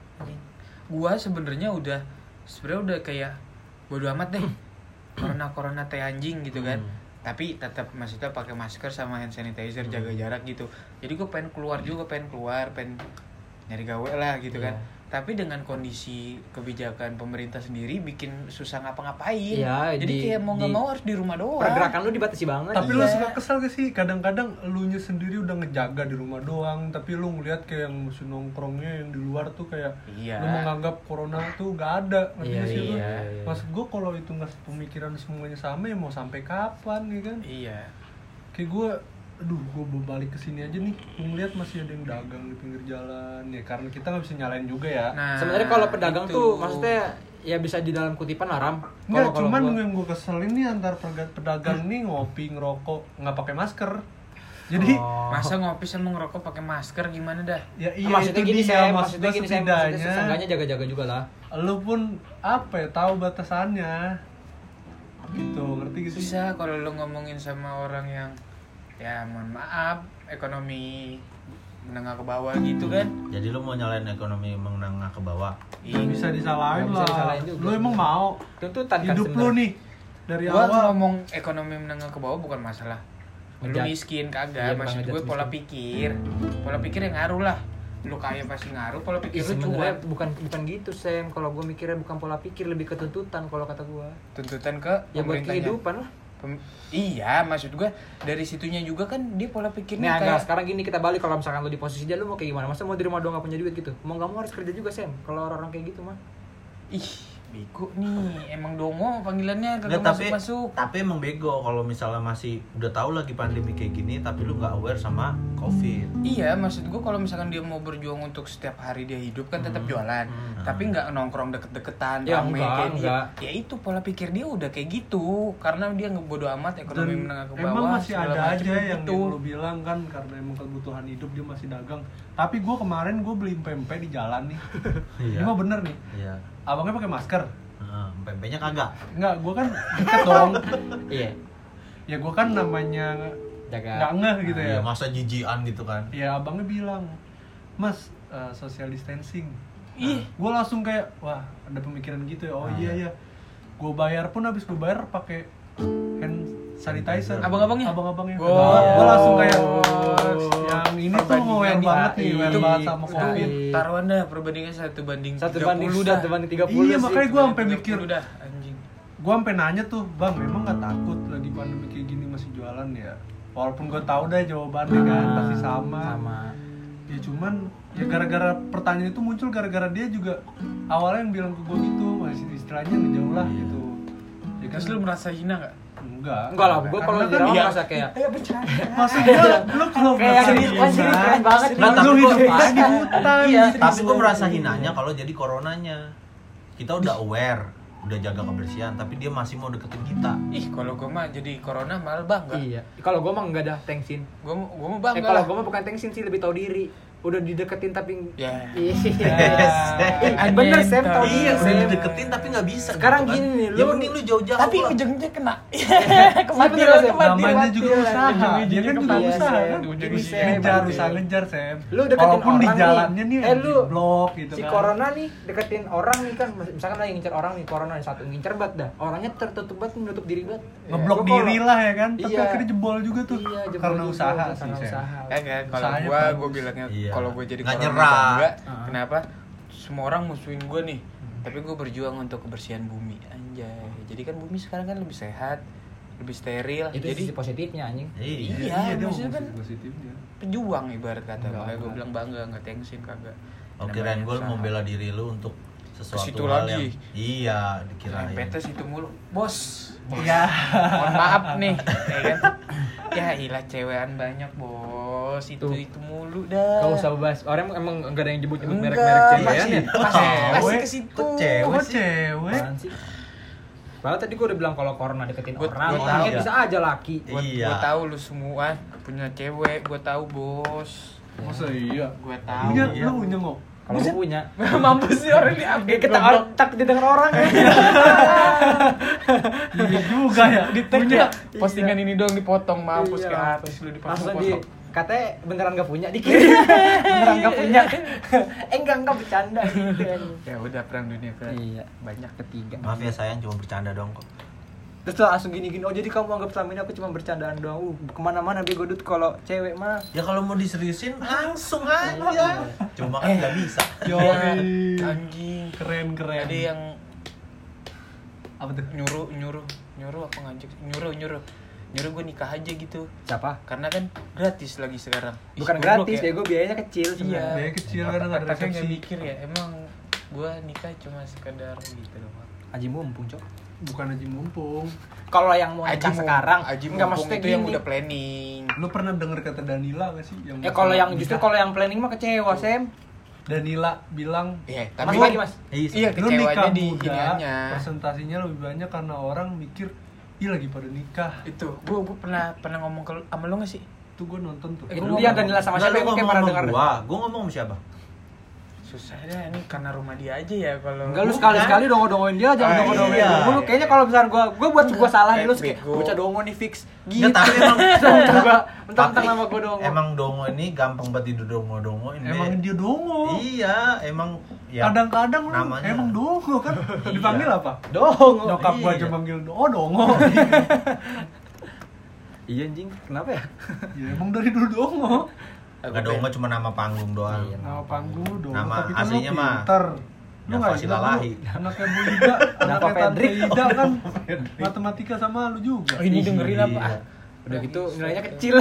Gua sebenarnya udah kayak bodo amat deh. Corona teh anjing gitu kan. Tapi tetap maksudnya pakai masker sama hand sanitizer, jaga jarak gitu. Jadi gue pengen keluar, pengen nyari gawe lah gitu kan.
Iya.
Tapi dengan kondisi kebijakan pemerintah sendiri bikin susah ngapa-ngapain.
Iya,
Jadi
di-
kayak mau nggak
di-
mau harus di rumah doang.
Pergerakan lu dibatasi banget.
Tapi
Iya.
lu suka kesel gak sih? Kadang-kadang elunya sendiri udah ngejaga di rumah doang, tapi lu ngeliat kayak yang musuh nongkrongnya yang di luar tuh kayak
Iya.
lu menganggap corona tuh gak ada. Ngerti
Iya,
gak sih lu?
iya.
Maksud gue kalau itu nggak pemikiran semuanya sama ya mau sampai kapan ya kan?
Iya.
Kayak gue balik ke sini aja nih, gue ngeliat masih ada yang dagang di pinggir jalan ya, karena kita nggak bisa nyalain juga ya.
Nah,
Sebenarnya kalau pedagang
itu.
tuh maksudnya ya bisa di dalam kutipan lah, Ram.
Enggak,
Kalau
cuman
gua-
yang gue keselin nih antar pedagang nih ngopi ngerokok nggak pakai masker. Jadi
Oh.
Masa ngopi sama ngerokok pakai masker gimana dah?
ya iya
maksudnya
itu
gini
dia,
Sam,
maksud
maksudnya
gua
gini Sam,
setidaknya
seenggaknya jaga-jaga juga lah.
lu pun apa ya tahu batasannya gitu, ngerti gitu.
Susah kalau lu ngomongin sama orang yang ya mohon maaf ekonomi menengah ke bawah gitu kan.
Jadi lu mau nyalain ekonomi menengah ke bawah?
Nggak bisa disalahin
Nggak bisa
lah.
disalahin juga.
Lu emang mau
Tuntutan kan
hidup lu
sebenarnya.
nih dari
Gua
awal
ngomong ekonomi menengah ke bawah bukan masalah lu
Ngejat.
miskin kagak,
Iya,
maksud
ngejat
gue pola
miskin.
pikir yang ngaruh lah. Lu kaya pasti ngaruh, pola pikir lu
Sebenarnya
cuan.
bukan gitu Sam, kalau gue mikirnya bukan pola pikir, lebih ke tuntutan kalau kata gue.
Tuntutan ke
Ya buat
pemerintahnya.
kehidupan lah.
Iya, maksud gue dari situnya juga kan dia pola
Nih
pikirnya
agak
kayak
sekarang gini kita balik, kalau misalkan lu di posisi dia lu mau kayak gimana? Masa mau di rumah doang gak punya duit gitu? Mau gak mau harus kerja juga Sam. Kalau orang-orang kayak gitu mah.
ih bego nih, emang dongo panggilannya kagak
Nggak,
masuk.
tapi emang bego kalau misalnya masih udah tahu lagi pandemi kayak gini tapi lu nggak aware sama COVID.
Iya, maksud gue kalau misalkan dia mau berjuang untuk setiap hari dia hidup kan tetap jualan, tapi nggak nongkrong deket-deketan
Ya,
rame
enggak,
kayak
enggak.
dia. Ya itu pola pikir dia udah kayak gitu, karena dia ngebodo amat ekonomi
dan
menengah ke bawah.
emang masih
segala
ada
macem
aja yang
gitu.
lu bilang kan karena emang kebutuhan hidup dia masih dagang. Tapi gue kemarin gue beli pempek di jalan nih.
Iya.
Ini mah bener nih.
Iya.
Abangnya pakai masker.
Pempeknya kagak.
Enggak, gue kan deket dong.
Iya.
Ya gue kan namanya
Jaga.
nggak ngeh gitu ya.
Iya, masa jijian gitu kan.
Ya abangnya bilang, Mas, social distancing.
Ih.
Gue langsung kayak, wah ada pemikiran gitu ya. Oh iya ya. Gue bayar pun habis gue bayar pakai hand sanitizer.
Abang-abangnya?
Abang-abangnya.
Wow.
Gue langsung kayak, yang ini tuh mau yang
Perbandingan
banget
nih,
nih,
itu
yang banget sama
itu
covid.
Taruhan dah perbandingan 1:30
1 banding 30
Iya,
sih.
makanya gue sampai mikir,
dah anjing.
gue sampai nanya tuh, bang, memang nggak takut lagi pandemi kayak gini masih jualan ya? Walaupun gue tahu dah jawabannya kan pasti sama. Ya cuman ya gara-gara pertanyaan itu muncul gara-gara dia juga awalnya yang bilang ke gue gitu, masih istilahnya ngejauh lah gitu. Ya kan
Terus lu merasa hina nggak?
Enggak lah, gue kalau di
Karena
rumah
kan
merasa kayak
maksud gue, lu kalau
kayak
merasa
jadi
hina,
keren banget.
Nah, tapi
lu
gua-
hidup aja di hutan.
Iya, tapi gue merasa hinanya kalau jadi coronanya. Kita udah aware, udah jaga kebersihan, tapi dia masih mau deketin kita.
Ih, kalau gue mah jadi corona malah bangga.
Iya. Kalau gue mah enggak ada thanksin.
Gue mah bangga.
Kalau
lah.
gue mah bukan thanksin sih, lebih tahu diri. udah dideketin tapi
Ya.
Bener Sam, tau
Iya,
dia
udah
Sam.
dideketin tapi nggak bisa.
Sekarang
gitu kan.
gini nih,
Ya
lu-
mending lu jauh-jauh.
Tapi
lah.
ujungnya kena.
bener, Sam.
Namanya juga usaha. Dia kan juga
Iya,
usaha
Sam.
kan.
Ujungnya
Ngejar,
Sam.
usaha ngejar Sam.
Lu deketin
Walaupun
orang
di jalannya nih
lu
di blok gitu
si
kan.
corona nih deketin orang nih kan, misalkan lagi ngincer orang nih, corona nih satu ngincer banget dah, orangnya tertutup banget, menutup diri banget,
Ngeblok
Gua kalau-
diri lah ya kan. Tapi
Iya.
akhirnya jebol juga tuh.
Iya, jebol
Karena
juga,
usaha sih
karena
Sam.
usaha.
Kan kalau
Usahanya
gue
bagus.
bilangnya
Iya.
kalau gue jadi
Nggak
corona
nyerah.
atau enggak,
Ah.
kenapa semua orang musuhin gue nih, tapi gue berjuang untuk kebersihan bumi, anjay. Jadi kan bumi sekarang kan lebih sehat, lebih steril,
Itu
jadi
sisi positifnya anjing.
Iya,
dia
maksudnya
ngomong
kan
positifnya.
pejuang ibarat kata.
Enggak,
Makanya gue
enggak.
bilang bangga, nggak tengsin kagak.
Oh, kirain gue
Namanya
membela diri lu untuk
Ke
sesuatu
situ
hal
lagi.
yang iya
usaha.
dikirain.
Petes itu mulu, bos.
Iya.
Mohon maaf nih, ya kan? Ya ilah cewekan banyak bos,
Tuh.
itu mulu dah.
Gak usah bahas. Orang emang enggak ada yang nyebut-nyebut
Enggak,
merek-merek cewekan
masih-
ya.
Masih
Cewek.
ke situ.
Kok cewek
Oh
sih?
cewek.
Apaan sih? Padahal tadi gue udah bilang kalau corona deketin
Gua
orang,
tahu.
orangnya
Iya.
bisa aja laki.
Gue
Iya.
tahu lu semua punya cewek, gue tahu bos.
Masa iya?
Gue tahu.
Punya,
Iya.
lu punya nggak?
Kalau gue punya.
Mampus sih orang ini update
Kita tak didengar orang ya.
Iya juga ya.
punya postingan ini dong dipotong, mampus
Iya.
ke atas lu
Langsung di
dipotong.
katanya beneran gak punya dikirim. Beneran gak punya. Enggak bercanda gitu anjing.
Ya udah perang dunia kan.
Iya.
Banyak
Ketiga.
Maaf ya sayang, cuma bercanda dong kok.
Terus tuh langsung gini-gini, oh jadi kamu anggap selama ini aku cuma bercandaan doang. Kemana-mana bego dut kalau cewek mah.
Ya kalau mau diseriusin langsung aja. Cuma kan nggak bisa.
Yo,
Anjing.
keren keren.
Ada yang
apa tuh?
nyuruh apa ngajak nyuruh gue nikah aja gitu,
Siapa?
karena kan gratis lagi sekarang. Ih,
Bukan
goblok
gratis,
ya.
bego biayanya kecil
Iya.
sebenarnya.
Biaya kecil karena nggak ada
Tapi nggak
resepsi.
mikir ya, emang gue nikah cuma sekedar gitu doang.
Aji mumpung, Cok.
Bukan haji mumpung.
Kalau yang mau nikah sekarang,
Aji
enggak
mumpung
maksudnya
itu
gini.
yang udah planning.
Lu pernah denger kata Danila gak sih? Yang
Ya kalau yang
nikah?
justru kalau yang planning mah kecewa, Sam.
Danila bilang
Iya,
Mas
tapi
lagi, Mas.
iya
lu nikah
kecewanya di
muda,
iniannya.
presentasinya lebih banyak karena orang mikir ih lagi pada nikah.
Itu gue pernah ngomong ke sama lu nggak sih?
Itu gue nonton tuh.
Itu
Lu
yang
ngomong.
Danila sama
Nggak,
siapa
lu
yang kayak
ngomong
pernah
sama
dengar?
gua ngomong sama siapa?
Susah deh, ini karena rumah dia aja ya kalau.
Enggak, lu
Bukan.
sekali-sekali dongo-dongoin dia, jangan
Ah,
dongo-dongoin
iya.
dulu. Kayaknya kalau misalnya gua buat gua salah nih, lu kayak
Bego.
bocah dongo nih fix. Gitu.
Nggak, tapi emang
Coba mentang-mentang
tapi
nama gua dongo.
Emang dongo ini gampang banget didongo-dongoin.
Emang dia dongo.
Iya, emang ya.
Kadang-kadang lu
namanya.
emang dongo kan.
Iya.
Dipanggil apa?
dongo.
Nyokap gua
iya.
aja manggil dongo.
Iya anjing, kenapa ya?
Ya emang dari dulu dongo.
Nggak dongo cuma nama panggung doang.
Iya.
Nama panggung lu dongo,
Nama
tapi kan lu
aslinya mah
pinter. Lu
Dava
nggak gila
Silalahi.
lu. Anaknya Bu Ida, anaknya
Dava
Tante
Fedrik.
Ida kan matematika sama lu juga.
Oh, ini dengerin
Iya.
apa?
Udah gitu nilainya kecil.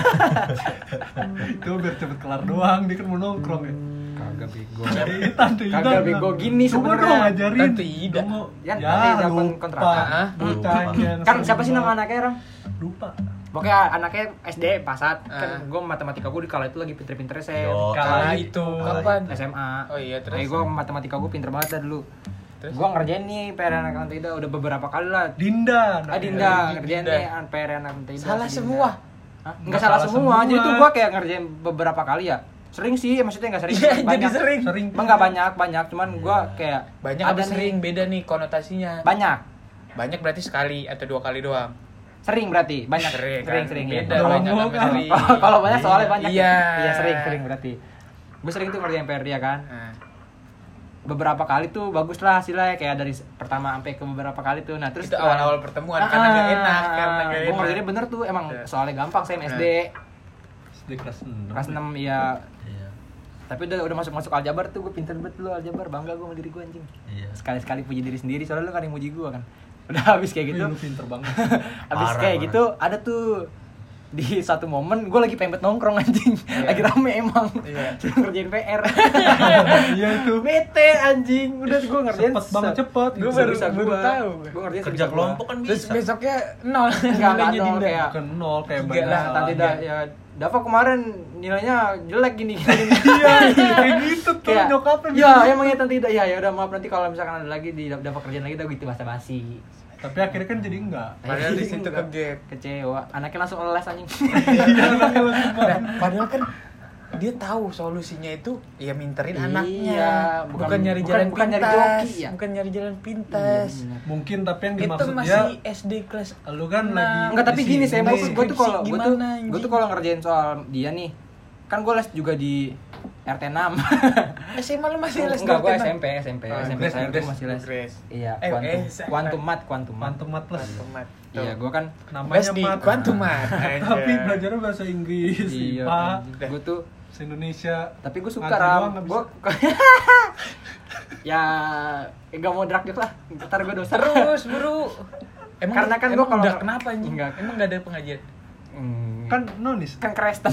Itu biar cepet kelar doang, dia kan mau nongkrong ya.
Kagak bego.
Tante Ida.
Kagak bego gini
Coba
sebenarnya.
dong ngajarin.
Tante Ida.
Dongo.
Kan Tante Ida pun
lupa.
kontrakan.
Hah?
Ditanya.
Kan siapa sih nama anaknya, Ram?
Lupa.
Pokoknya anaknya SD Pasat. Kan
Ah.
gua matematika gua di kala itu lagi pinter-pinternya, Sam.
Yo,
Kala
Kali
itu
Kala
kapan?
SMA.
Oh iya, terus?
Gue matematika gue pinter banget dah dulu.
Terus?
Gue ngerjain nih PR anak Tante Ida udah beberapa kali lah.
Dinda.
Dinda ngerjain
Dinda.
nih PR anak Tante Ida.
Salah
si Dinda.
semua.
Hah? Nggak salah semua. Jadi tuh gue kayak ngerjain beberapa kali ya. Sering sih, maksudnya nggak sering.
Iya, jadi
banyak.
sering.
Sering.
Bang nggak banyak. Cuman gue kayak
Banyak
ada
apa
nih-
sering beda nih konotasinya.
Banyak.
Banyak berarti sekali atau 2 kali doang.
Sering berarti. Banyak.
Sering, kan?
Sering.
Beda
Iya.
banyak sama
Kan?
sering.
Kalau banyak soalnya banyak.
Iya.
Iya sering berarti. Gue sering tuh ngerjain PR dia kan.
Nah,
Beberapa kali tuh bagus lah hasilnya, kayak dari pertama sampai ke beberapa kali tuh. Nah terus
itu awal-awal pertemuan karena gak enak, karena gak
gue
enak.
ngerjainnya bener tuh, emang
Iya.
soalnya gampang, saya SD
SD kelas 6.
kelas 6 ya.
Iya.
Tapi udah masuk aljabar tuh, gue pinter banget dulu aljabar, bangga gue sama diri gue anjing.
Iya.
Sekali-sekali puji diri sendiri, soalnya lu kan yang muji gue kan. Udah habis kayak gitu.
Lu pinter banget.
Habis
Parah,
kayak
parah.
gitu ada tuh di satu momen gue lagi pengen nongkrong anjing.
Iya.
Lagi rame emang.
Iya.
Suruh ngerjain PR.
Iya itu.
Bete anjing. Udah gue ngerjain
Cepet banget, cepet.
Gue
Gitu.
baru
Bisa
gue
gua tahu.
Gue ngerjain
Kerja
sebisa gua.
kelompok kan
terus
bisa.
besoknya 0.
Enggak
Nilainya
nol
Dinda.
kayak
Bukan nol kayak
Tiga
banyak
lah,
Tante
salahnya.
Ida ya Dava kemarin nilainya jelek gini.
Iya, kayak gitu tuh
Kayak,
nyokapnya.
ya
gitu.
emang ya Tante Ida ya udah maaf nanti kalau misalkan ada lagi di Dava kerjaan lagi udah gitu basa-basi.
Tapi akhirnya kan jadi enggak.
Padahal di situ
Enggak.
ke gap.
Kecewa. Anaknya langsung les anjing.
Iya, anaknya langsung
Nah, padahal kan dia tahu solusinya itu ya minterin
Iya,
anaknya, bukan
bukan-
nyari
bukan-
jalan
bukan nyari
pintas,
joki, ya?
bukan nyari jalan pintas.
Iya, bener.
Mungkin tapi yang
Itu
dimaksud dia
masih SD kelas.
lu kan
Nah,
lagi
Enggak, tapi
di
gini
sini.
saya gue tuh kalau
Gimana,
gue tuh kalau ngerjain soal dia nih, kan gue les juga di RT 6.
SMA lu masih les
Enggak, gue
dokter,
SMP
Grace,
saya tuh
Grace.
masih les.
Grace.
Iya,
Eh,
quantum mat.
Quantum Mat plus.
Mat.
Iya, gue kan
Namanya
Les di
Mat.
Quantum Mat.
Tapi belajarnya bahasa Inggris,
iya,
IPA,
gue tuh
bahasa Indonesia.
tapi gue suka
Ngaji doang
ram
nggak
gue ya nggak mau drag gitu lah, ntar gue dosa
Terus, Bro.
Karena kan
emang
gua kalau
udah
nggak-
kenapa anjing?
Enggak.
Emang enggak ada pengajian.
Kan nonis.
kan Kristen.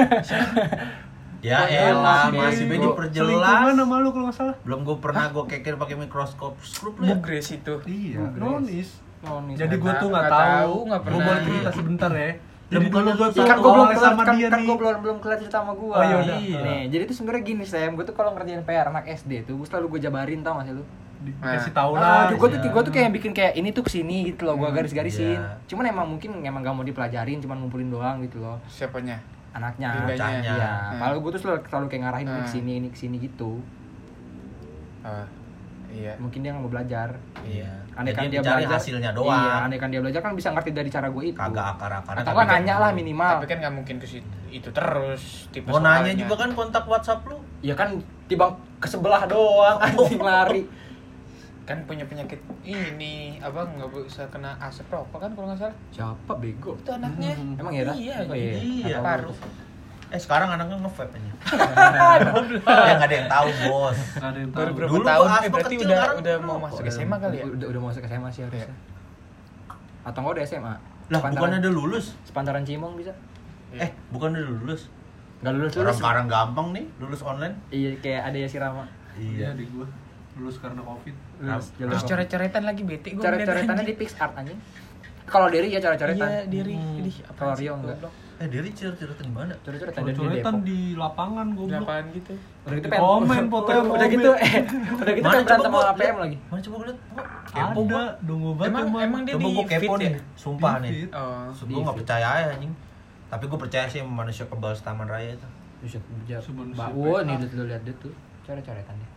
Ya
Oh,
elah,
masih
masih be
bego.
diperjelas.
Selingkuhan sama lu kalau nggak salah.
Belum gue pernah gue keker pakai mikroskop skrup lu ya.
Bugres itu.
Iya,
Grace.
nonis.
Nonis.
Jadi gue tuh
Nggak
nggak tahu.
tahu, nggak
Gue
pernah.
boleh cerita sebentar ya.
Lah,
Jadi
bukannya
dulu gue
lu-
tuh
kan gue belum
awalnya
kelar
sama dia
kan
nih.
gue belum kelar cerita sama gue.
Oh, iya udah.
Nih, jadi tuh sebenarnya gini Sam, gue tuh kalau ngerjain PR anak SD tuh gue selalu gue jabarin, tau gak sih lu?
Dikasih tahu lah.
Gue tuh kayak bikin kayak ini tuh kesini gitu loh, gue garis-garisin.
Iya.
Cuman emang mungkin emang gak mau dipelajarin, cuman ngumpulin doang gitu loh
Siapanya?
anaknya.
Bingkainya.
Iya.
Hmm.
Kalau gue tuh selalu kayak ngarahin ini kesini gitu.
Oh, iya.
Mungkin dia nggak mau belajar.
Iya.
Andai kan
Jadi
dia
dicari
belajar
hasilnya doang.
Iya, andai kan dia belajar kan bisa ngerti dari cara gue itu.
Kagak akar-akaran.
Atau
Tapi
kan nanya lah minimal.
Tapi kan nggak mungkin ke situ itu terus tipe
Mau nanya
soalnya.
juga kan kontak WhatsApp lu.
Ya kan tiba ke sebelah doang anjing lari.
Kan punya penyakit ini apa nggak bisa kena asap rokok kan kalau nggak salah.
Siapa bego?
Itu anaknya.
Emang iya dah?
Iya.
Oh, iya.
Iya.
Paru.
Sekarang anaknya nge-vape aja. Ya nggak ada yang tahu, Bos.
Nggak ada yang
Baru
tahu.
berapa
Dulu
tahun?
gua asma
Berarti
kecil,
udah
sekarang
mau
rokok.
masuk SMA kali ya?
Udah masuk SMA sih harusnya. Atau enggak udah SMA?
Lah, bukannya udah lulus?
Sepantaran Cimong bisa.
Bukan udah lulus.
Enggak lulus
Orang
lulus.
sekarang gampang nih, lulus online.
Iya kayak ada ya si Rama.
Iya di gue lulus karena covid.
Lulus jalur
Terus
apa?
coret-coretan lagi bete gue.
Coret-coretannya di PixArt anjing. Kalau Derry ya coret-coretan.
Iya diri. Idih, apa
Kalau
sih,
Rio enggak.
goblok.
Diri cerita di mana?
Coret-coretan dari
Coretan
Depok.
di lapangan
Di
goblok.
lapangan gitu.
Udah gitu
Di komen, fotonya
udah gitu udah gitu
Mana
kan berantem
coba gua
sama APM
liat?
lagi.
Mana coba gue liat?
Ada, dungu banget
Emang dia
Coba
di
gue kepo
fit
nih,
ya?
sumpah
Di
nih.
fit.
Oh.
Gue gak percaya ya anjing. Tapi gue percaya sih sama manusia kebal Taman Raya itu.
Buset, jawab.
Sebelum
Mbak
si
Wo
PA.
nih lu lihat dia tuh coret-coretan dia.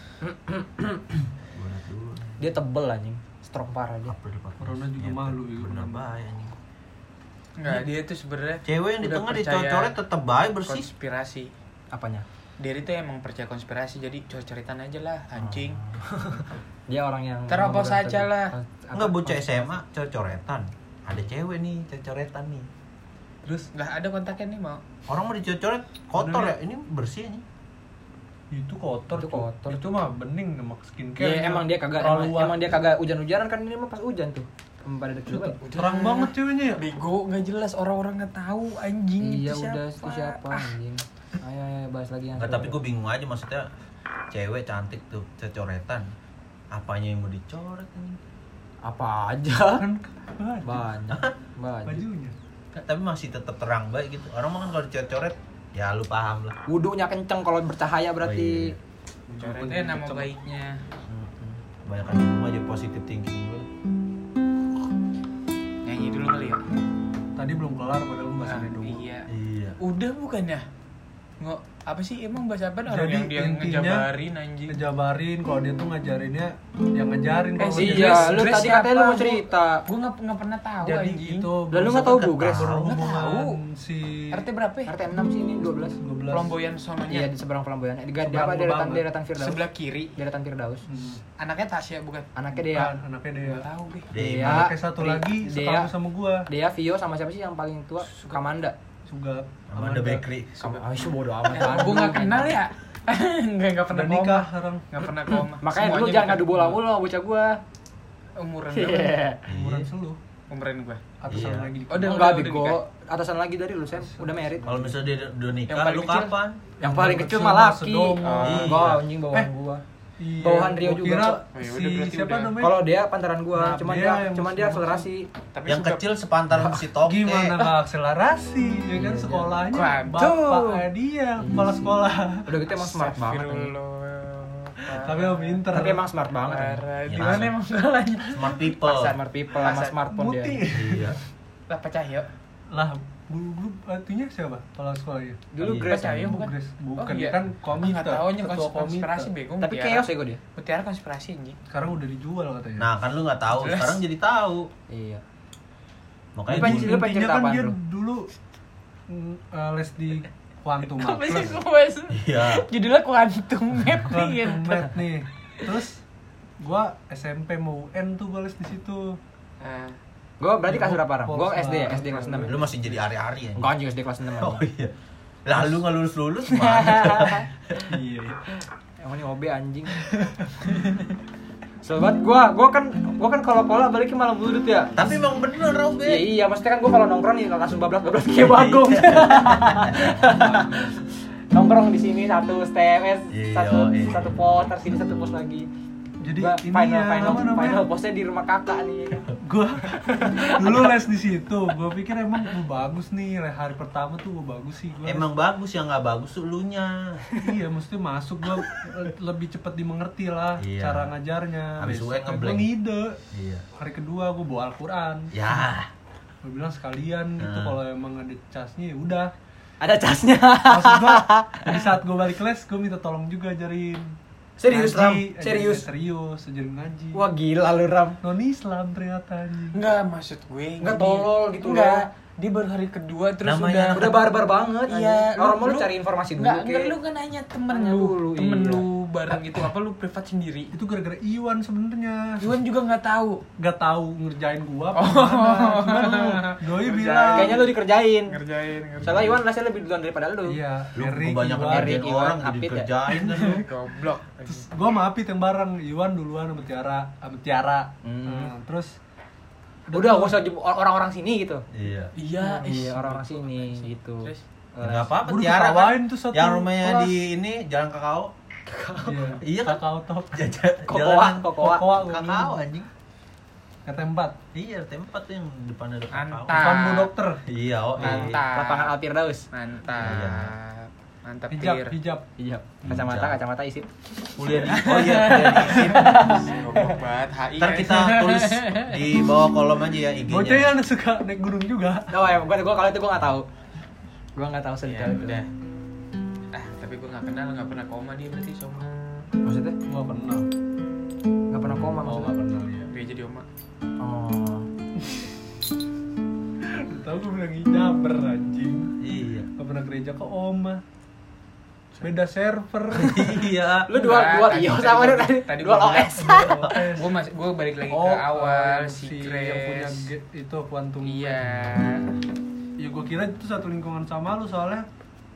Gue liat dulu.
Dia tebel anjing, strong parah dia.
April 14.
Corona juga
Ya,
malu ya,
bener
corona.
bahaya anjing.
Enggak, dia tuh sebenarnya
Cewek yang di
udah
tengah
percaya
dicoret tetep baik bersih.
konspirasi.
Apanya?
Dia tuh emang percaya konspirasi, jadi coret-coretan aja lah, anjing.
Dia orang yang
Terobos
memegang
aja lah.
Enggak bocah SMA coret-coretan. Ada cewek nih coret-coretan nih.
Terus
Nggak ada kontaknya nih mau.
Orang mau dicoret kotor
Bener
ya, ini bersih nih.
itu kotor,
Itu
Cuk.
kotor.
Itu mah bening sama skincare.
Iya, emang dia kagak emang dia kagak hujan-hujanan kan ini mah pas hujan tuh. Pada deket banget.
terang banget ceweknya ya.
Bego, nggak jelas, orang-orang nggak tahu anjing
Iya
itu
udah itu siapa anjing. Ayo bahas lagi yang
Enggak, tapi gue bingung aja maksudnya cewek cantik tuh coretan. Apanya yang mau dicoret ini?
apa aja.
Kan
Banyak. Banyak.
bajunya.
Tapi masih tetap terang baik gitu. Orang mah kan kalau dicoret-coret ya lu paham lah.
Wudunya kenceng kalau bercahaya berarti.
coretnya nama baiknya.
Banyak di rumah aja positif thinking gue.
Nyanyi dulu kali ya.
Tadi belum kelar padahal lu masih ada dua.
Iya.
Iya.
Udah bukannya? Nggak, apa sih emang bahasa apa orang
Jadi
yang dia
intinya,
ngejabarin anjing.
Ngejabarin kalau dia tuh ngajarinnya yang ngajarin kalau
si
dia-
iya,
Grace-
lu
Grace
tadi katanya lu
siapa?
mau cerita.
Gue nggak pernah tahu
jadi
anjing.
itu
Lalu nggak tahu Bu Grace?
berhubungan
Nggak tahu.
si
RT berapa ya?
RT 6 sih ini 12.
12
Pelomboyan sononya.
Iya di seberang Flamboyan. Di
Seberang
apa
Lubang.
deretan Firdaus.
Sebelah kiri.
Deretan Firdaus.
Anaknya Tasya bukan?
Anaknya dia.
Bukan, anaknya dia.
Nggak tahu gue.
Dia.
Anaknya satu lagi
Dia.
sekampus sama gua.
Dia Vio sama siapa sih yang paling tua? Kamanda.
Sugap.
Amanda Bakery.
Isu bodo amat.
Gue nggak kenal ya. nggak pernah
Udah nikah
koma.
sekarang.
Nggak pernah koma.
Makanya
Semuanya
dulu jangan
bukan
ngadu bola
koma.
mulu sama bocah gua.
Umuran
Iya.
berapa?
Umuran selu.
Umuran gue.
Atasan
Iya.
lagi.
Oh, udah
Enggak
udah
bego.
nikah.
Atasan lagi dari lu, Sam. Udah merit.
Kalau misalnya dia udah nikah,
Yang paling
lu
kecil?
kapan?
Yang paling kecil mah
mah
laki.
Sedomo.
Enggak, anjing bawahan gua.
Iya,
Bawahan Rio
gua
juga,
kira
Cok.
Oh, ya
si
udah, berarti
siapa
udah.
namanya?
Kalau dia pantaran gua,
Nah,
cuman
dia
dia
yang
cuman dia
masuk-
akselerasi.
Tapi
Yang
suka-
kecil sepantaran si Toke.
Gimana nggak akselerasi ya kan
Iya,
sekolahnya
Waduh.
bapaknya dia kepala sekolah.
Udah gitu emang smart banget. anjing.
Astagfirullah.
Tapi emang pinter.
Tapi emang smart banget. anjing.
Parah.
Ya,
Di mana
langsung.
emang salahnya?
Smart people.
Smart people sama
Pasar
smartphone dia.
Muti.
Iya.
Lah Pak Cahyo.
Lah Guru artinya siapa? Kepala sekolahnya?
Dulu
Iya.
Grace
Percaya
aja.
bukan?
Grace. Bukan,
iya.
kan komite.
Nggak tahu nya
Ketua
konspirasi
komite.
bego.
Tapi
Mutiara.
chaos ya gue dia.
Mutiara konspirasi anjing.
Sekarang udah dijual katanya.
Nah kan lu nggak tahu,
Jelas.
sekarang jadi tahu.
Iya.
Makanya
Lu pengen-
dulu-
lu pengen
Intinya
cerita
kan
apaan,
dia
Bro?
dulu les di Quantum
Apa sih
Math.
gue?
Iya.
Judulnya Quantum Math
Quantum
nih.
Math nih. Terus gua SMP mau UN tuh gua les di situ.
Ah,
Gue berarti kelas berapa orang? Gue
Polos
SD ya,
banget.
SD kelas 6 ya?
Lu masih jadi ari-ari ya.
Enggak anjing SD kelas 6
Oh
anjing.
iya. Lalu nggak lulus mana?
Iya.
Emang ini OB anjing. Sobat gua kan kalau pola baliknya malam budut ya.
Tapi emang bener Robe.
Iya iya, maksudnya kan gua kalau nongkrong nih langsung bablas kayak bagong. Nongkrong di sini satu STMS,
Iya, iya.
satu pos, terus sini satu pos lagi.
Jadi
Gua
ini
final
ya,
final
apa namanya?
final posnya di rumah kakak nih.
Gua dulu les di situ. Gua pikir emang gua bagus nih. Hari pertama tuh gua bagus sih gua.
Emang bagus, yang nggak bagus tuh elunya.
Iya, mesti masuk gua lebih cepat dimengerti lah
Iya.
cara ngajarnya.
Habis UN
Gua
ngeblank.
ngide.
Iya.
Hari kedua gua bawa Al-Qur'an.
Ya.
Gua bilang sekalian gitu
Hmm.
kalau emang ada casnya ya udah.
Ada casnya.
Maksud gua di saat gua balik les gua minta tolong juga ajarin.
Serius Ram?
Ngaji,
Serius?
Serius, ajarin ngaji.
Wah gila lu Ram.
Non Islam ternyata anjing.
enggak maksud gue.
Enggak tolol gitu
Enggak. Dia baru hari kedua terus
Namanya
Udah barbar banget.
Iya,
Orang mau lu cari informasi dulu.
Enggak,
kayak.
lu kan nanya temen
Nanya dulu,
temen
iya.
lu bareng gitu apa lu privat sendiri?
Itu gara-gara Iwan sebenarnya.
Iwan juga nggak tahu.
Gak tahu ngerjain gua apa gimana. Cuman Doi
Ngerjain.
bilang
Kayaknya lu dikerjain.
Ngerjain.
Soalnya Iwan lesnya lebih duluan daripada lu.
iya,
Lu
Erik,
kebanyakan
Iwan.
Erik,
ngerjain
Iwan,
orang jadi
Apit ya?
kerjain kan lu.
Goblok.
Gua sama Apit yang bareng. Iwan duluan sama Tiara.
Hmm.
Terus
Udah gak usah orang-orang sini gitu.
Iya.
Iya,
Iya, orang-orang sini gitu.
Terus?
Enggak apa-apa
Gua
Tiara kan.
diketawain tuh satu
Yang rumahnya
kelas.
di ini Jalan Kakao.
Iya,
Iya kan?
Kakao Top.
Kokoa.
Kokoa.
Kakao anjing.
Kata 4.
Iya, tempat tuh yang depan ada Kakao.
Mantap.
Depan Bu Dokter.
Iya, oh iya.
Mantap.
Lapangan Alfirdaus.
Mantap. Mantap
Hijab,
Tir.
hijab.
Iya. Kacamata isip.
Kuliah di Oh iya, kuliah di SIP.
Goblok banget HI.
Ntar kita tulis di bawah kolom aja ya IG-nya.
Bocah yang suka naik gunung juga.
Oh ya, gua kalau itu gua enggak tahu. Gua enggak tahu
Ya
sedetail itu.
udah. Tapi gue nggak kenal, nggak pernah koma dia berarti Soma.
Maksudnya?
Gua kenal.
Enggak pernah koma
Oh,
maksudnya.
gak kenal ya.
Dia jadi Oma.
Oh.
Tahu gua bilang hijaber anjing.
Iya.
Gak pernah gereja ke Oma. Beda server.
Iya.
Lu dual
Tadi-
IO
tadi
sama
gua
lu tadi.
tadi
Dual
gua
OS.
Gue balik lagi ke awal
si
si
yang punya
Grace.
itu Quantum.
Iya.
Ya gua kira itu satu lingkungan sama lu soalnya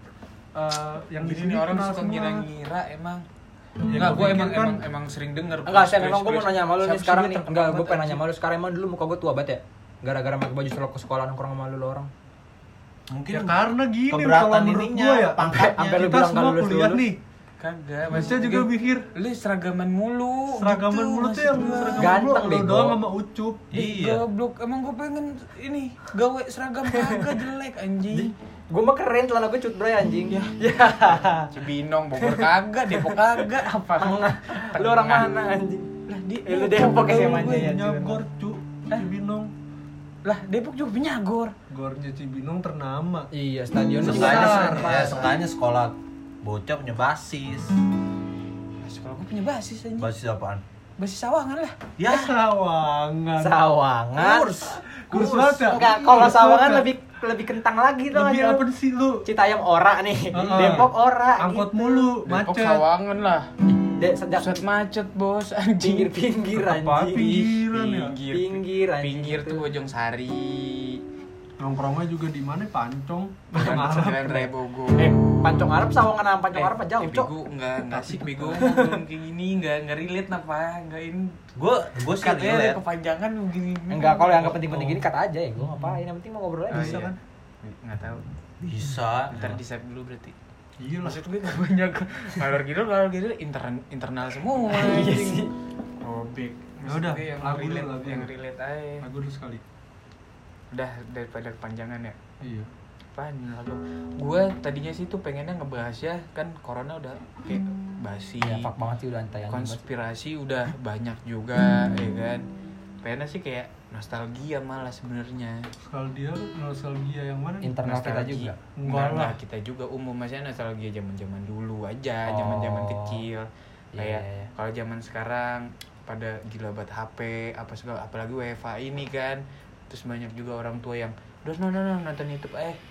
yang di
Gini
sini
nih orang
kenal
suka
semua.
ngira-ngira emang.
Ya,
Enggak,
gua
gue
pikir
emang,
kan-
emang sering denger.
Enggak, Sam,
Grace,
emang gue mau
Grace.
nanya sama lu nih
Siapa sih
sekarang
dia
nih.
terkenal
Enggak, gue
banget,
pengen nanya
anjing?
sama lu sekarang emang dulu muka gue tua banget ya. Gara-gara pakai baju selok ke sekolah nongkrong sama lu orang.
Mungkin
Ya karena gini
keberatan
kalau menurut
ininya,
gua ya
pangkatnya.
Sampai lu
kita
bilang
semua
nggak lulus
kuliah
lulus.
nih.
Kagak,
Maksudnya juga mikir
lu seragaman mulu.
seragaman
gitu,
mulu tuh yang
maksud gua.
seragaman
Ganteng,
mulu, lu
bego.
doang sama Ucup.
Iya.
Goblok, emang gue pengen ini gawe seragam kagak jelek anjing.
Gue mah keren celana gue cutbray anjing. Ya.
Cibinong, Bogor kagak, Depok kagak, apa?
Tengah. Lu orang mana anjing?
Lah di
Lu Depok ya
gue.
manja ya.
Nyagor cu Cibinong.
Lah Depok juga penyagor.
Gornya Cibinong ternama.
Iya, stadionnya juga
Seenggaknya,
besar.
ya, seenggaknya sekolah bocah punya basis.
Nah, sekolah gue punya basis anjing.
Basis apaan?
Basis Sawangan lah.
Ya,
Sawangan.
Sawangan.
Kurs banget ya?
Enggak, kalau
Kurs
Sawangan
banget
lebih kentang lagi tuh.
Lebih apa sih lu?
Citayam ora nih.
Heeh.
Depok ora.
Angkot
gitu.
mulu,
Depok
macet.
Sawangan lah.
Sejak
Pusat macet bos anjing.
pinggir-pinggir
Apa
anjing.
pinggiran ya?
Pinggir anjing
Pinggir
itu.
tuh Bojong Sari.
Nongkrongnya juga di mana? Pancong.
Jalan Raya Bogor.
Pancong Arab Sawangan sama Pancong Arab apa jauh, Cok?
Bego, enggak asik bego ngomong kayak gini, enggak relate apa, enggak ini.
gue sih
Katanya ada
relate.
kepanjangan begini.
Enggak, kalau yang enggak penting-penting gini kata aja ya. Gue ngapain? Yang penting mau ngobrol aja.
Bisa
iya.
kan?
Enggak tahu.
Bisa.
Ntar di save dulu berarti.
Iya lah.
Maksud gue enggak banyak ngalor gitu internal semua.
Iya
anjing.
sih.
Oh, big.
Ya udah,
yang
lagu dulu,
relate,
lagu
yang
dulu.
relate aja.
Lagu dulu sekali.
Udah daripada kepanjangan ya.
Iya.
Apaan lagu? Gue tadinya sih tuh pengennya ngebahas ya, kan corona udah kayak basi.
Ya, fuck banget sih udah antai anjing.
Konspirasi udah banyak juga, ya kan. Pengennya sih kayak nostalgia malah sebenarnya.
Nostalgia yang mana?
Internal kita juga.
Enggak, kita juga umum, maksudnya nostalgia zaman-zaman dulu aja, zaman-zaman kecil. Kayak kalau zaman sekarang pada gila banget HP apa segala, apalagi WFA ini kan. Terus banyak juga orang tua yang no nonton YouTube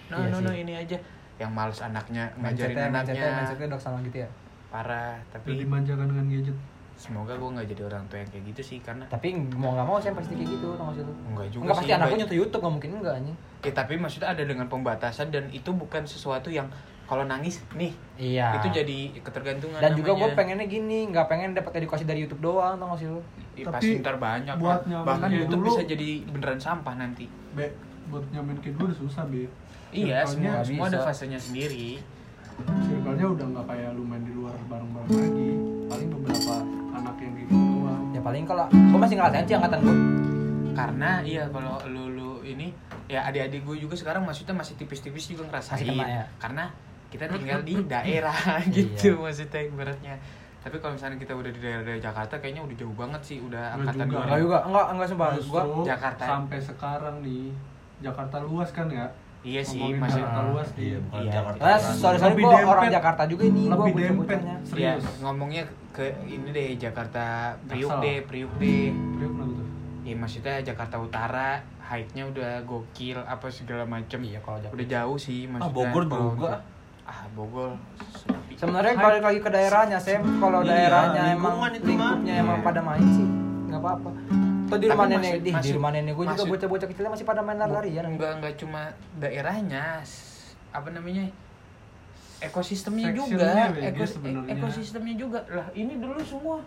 ini aja. Yang males anaknya ngajarin anaknya.
Mindsetnya dok sama gitu ya.
Parah, tapi
dimanjakan dengan gadget.
Semoga gue nggak jadi orang tua yang kayak gitu sih, karena
tapi mau nggak mau saya pasti kayak gitu, tau gak sih lu?
Enggak juga
nggak
sih,
pasti anaknya nonton YouTube, nggak mungkin enggak nih.
Ya tapi maksudnya ada dengan pembatasan, dan itu bukan sesuatu yang kalau nangis nih itu jadi ketergantungan.
Dan juga gue
namanya.
pengennya gini, nggak pengen dapat edukasi dari YouTube doang, tau gak sih lu?
Ya, pasti ntar banyak
buat
kan. Bahkan
kayak
YouTube
dulu,
bisa jadi beneran sampah nanti.
Buat nyaman kayak dulu udah susah,
Iya, semua
bisa.
ada fasenya sendiri.
Circle-nya udah nggak kayak lu main di luar bareng-bareng lagi. Paling beberapa anak yang gitu doang.
Ya paling kalau gue masih ngerasain sih angkatan gue.
Karena iya kalau lu ini ya adik-adik gue juga sekarang maksudnya masih tipis-tipis juga ngerasain.
Masih kena ya?
Karena kita tinggal di daerah gitu maksudnya ibaratnya. Tapi kalau misalnya kita udah di daerah Jakarta kayaknya udah jauh banget sih, udah angkatan
juga.
Enggak sumpah.
Justru
Gua
Jakarta.
sampai sekarang nih Jakarta luas kan ya.
Iya sih,
Ngomongin
masih
Jakarta luas nih.
Iya, bukan
Iya,
Jakarta.
sorry
Lebih
gue
dempet.
orang Jakarta juga ini, gue
Lebih dempet.
bocah-bocahnya.
ya,
Serius.
ngomongnya ke ini deh Jakarta Priuk
Jaksel.
deh.
Priuk kenapa tuh?
Ya maksudnya Jakarta Utara hike-nya udah gokil apa segala macem.
Iya, kalau Jakarta.
Udah jauh sih maksudnya.
Bogor
kalau-
juga.
Bogor sepi.
Sebenarnya balik lagi ke daerahnya, Sam. Kalau
Iya,
daerahnya emang
lingkungan itu
lingkupnya
mah.
emang
Iya.
pada main sih, nggak apa-apa. Tuh di
Tapi
rumah
masih-
nenek, di
masih-
rumah nenek gue juga
masih-
bocah-bocah kecilnya masih pada main lari-larian.
Enggak cuma daerahnya, apa namanya, ekosistemnya
Sectionnya
juga,
beda sebenarnya.
ekosistemnya juga lah. Ini dulu semua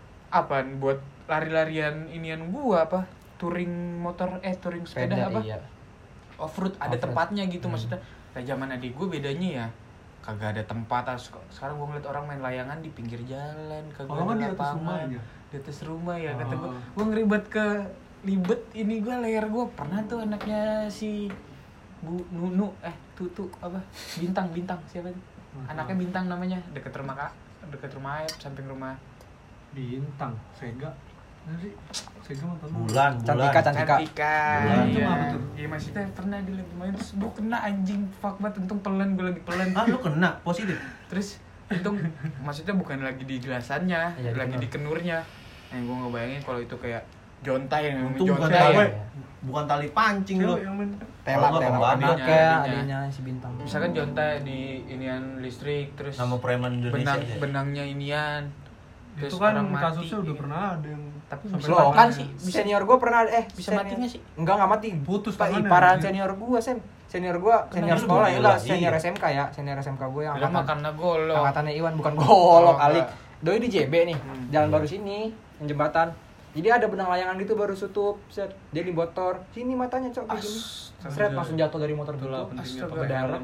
apa buat lari-larian inian gua apa touring motor touring sepeda apa
iya.
off-road ada
Off-road.
tempatnya gitu maksudnya. Nah zaman adik gua bedanya ya kagak ada tempat. Sekarang gua ngeliat orang main layangan di pinggir jalan, kagak
Kalau nggak
ada
di atas
lapangan
rumahnya.
di atas rumah ya. Kata
Oh.
gua ngeribet ke libet ini gua leher gua pernah tuh anaknya si Bu Nunu Tutu apa Bintang siapa tuh anaknya Bintang namanya, deket rumah Ayep samping rumah
Bintang, Sega. Mana sih? Sega mantan lu.
Bulan.
Cantika.
Cantika.
Bulan itu
Iya.
apa tuh?
Iya maksudnya pernah dia lagi main terus gua kena anjing, fuck banget, untung pelan, gua lagi pelan.
Ah, lu kena positif.
Terus untung maksudnya bukan lagi di gelasannya,
Iya,
lagi
di
di kenurnya. Yang gua ngebayangin kalau itu kayak jontai yang
Untung bukan
jontai
tali,
ya.
bukan tali pancing lu.
Cewek yang main.
Telak
Kalau nggak
anaknya,
adiknya.
adiknya si Bintang.
Misalkan jontai di inian listrik terus
Nama preman Indonesia aja.
benangnya inian.
Itu
Terus
kan
orang mati,
kasusnya udah
iya.
pernah ada yang
Tapi
sampai
bisa
Loh
mati
kan
sih.
senior gue pernah
bisa mati nggak sih?
Enggak mati.
Putus
Pak
tangannya,
iparan
anjir.
senior gue, Sam. Senior
Kenapa
sekolah
lu
ya lah,
bola?
senior
Iya.
SMK ya, senior SMK gue yang
Bilang mah karena golok.
angkatannya Iwan bukan golok
Oh,
kali.
enggak.
Doi di JB nih, jalan baru sini, yang jembatan. Jadi ada benang layangan gitu baru tutup, set. Dia di motor, sini matanya cok kayak gini. Seret langsung jatuh dari motor
itulah
gitu.
pentingnya
Astaga.
pakai helm.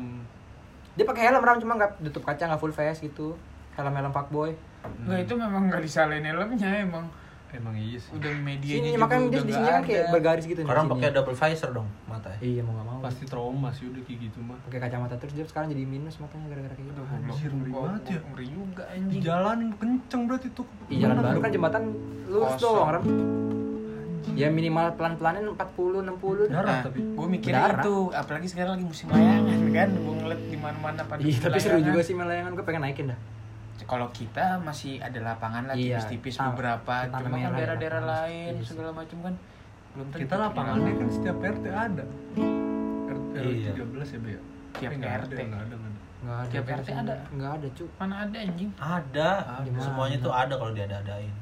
Dia pakai helm ram cuma nggak tutup kaca, nggak full face gitu. Helm fuckboy.
Nggak, itu memang nggak disalahin helmnya, emang
Emang iya sih.
udah medianya
Sini
juga
makanya dia
udah
di
nggak
sini kan kayak
ada.
bergaris gitu nih.
Sekarang
sini.
pakai double visor dong mata.
Iya mau nggak mau.
Pasti trauma sih udah kayak gitu mah.
Pakai kacamata terus dia sekarang jadi minus matanya gara-gara kayak gitu.
Aduh, goblok.
Anjir, ngeri
Gua-
banget ya.
gua ngeri juga
Di
anjing.
jalan kenceng berarti tuh.
Di jalan baru kan jembatan lurus
Kosong.
doang ram. Ya minimal pelan-pelanin 40 60 dah.
Darah
Nah,
tapi.
gue mikir
Berdarah.
itu, apalagi sekarang lagi musim layangan kan, gue ngeliat di mana-mana pada
Iya, tapi seru
layangan.
juga sih main layangan, gue pengen naikin dah.
Kalau kita masih ada lapangan lah
Iya,
tipis-tipis
tanam-
beberapa,
tanam
cuma kan
merah
daerah-daerah
lapangan.
lain
Iya sih.
segala macam kan belum tentu.
Kita lapangannya kan setiap RT ada. RT
Iya.
13 ya, Be ya?
Tiap
Tapi nggak
RT.
ada, nggak ada kan.
Enggak ada.
Tiap RT ada.
Enggak ada, cu.
Mana ada anjing?
Ada.
Ada.
Semuanya tuh ada kalau diada-adain.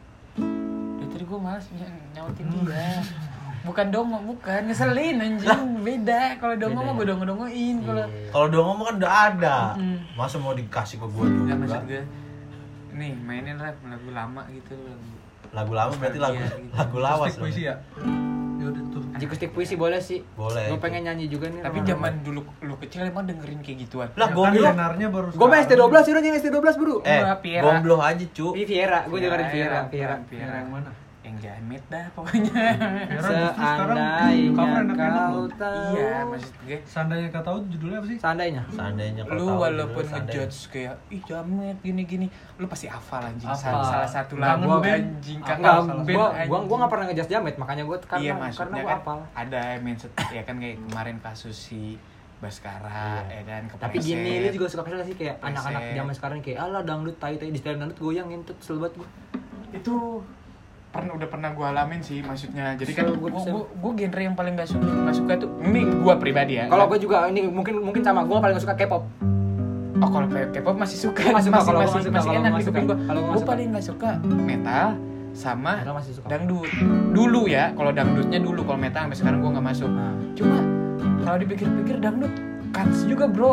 Dari tadi gue malas nyautin dia. Bukan dongo, bukan ngeselin anjing. Beda. Kalau dongo
Beda
mah
ya?
gue dongo-dongoin. Kalau
Kalau udah ngomong kan udah ada.
Mm.
Masa mau dikasih ke gua juga?
nggak maksud gue, nih mainin rap lagu lama gitu.
Lagu lama berarti lagu
Iya, gitu.
lagu lawas.
Akustik puisi ya? Ya udah tuh.
Akustik puisi boleh sih.
Boleh.
Gue pengen nyanyi juga nih.
Tapi zaman dulu lu kecil emang dengerin kayak gituan.
Lah,
Kan
goblok.
denarnya baru
Gue main
sekarang.
ST12 sih, udah nyanyi ST12 bro.
Enggak, Piera.
Gombloh aja, cu.
Viera, gue dengerin
Viera,
Viera.
Viera.
Yang mana?
yang jamet dah pokoknya.
Seandainya
cover enak-enak
kau
loh.
tahu.
Iya maksud gue
Seandainya kau tahu judulnya apa sih?
Seandainya.
Seandainya kau
lu
tahu,
walaupun
seandainya.
ngejudge kayak ih jamet gini-gini lu pasti hafal anjing.
Hafal.
Salah satu
Kangen
lagu
band.
anjing
Enggak,
kangen band
gua
anjing.
enggak pernah ngejas jamet, makanya gua karena
Iya
karena
maksudnya
gua
kan
hafal.
ada ya kan kayak kemarin kasus si Baskara ya kan
Tapi
kepleset.
gini, lu juga suka kesel gak sih kayak
Kepleset.
anak-anak zaman sekarang kayak alah dangdut tai di setel dangdut goyang ngentut kesel banget gua.
Itu udah pernah gue alamin sih maksudnya. Jadi kan
So,
gue genre yang paling gak suka tuh ini gue pribadi ya.
Kalau gua juga ini mungkin sama gua paling gak suka K-pop.
Oh kalau K-pop masih suka,
Masih suka, kalau gua masih suka,
masih
kalau
enak
gua
di
masih
kuping
suka.
gue.
Kalau gua
Gue
masih
paling nggak suka metal sama
Metal masih suka.
dangdut. Dulu ya, kalau dangdutnya dulu, kalau metal sampai sekarang gue nggak masuk.
Nah.
Cuma kalau dipikir-pikir dangdut kans juga bro.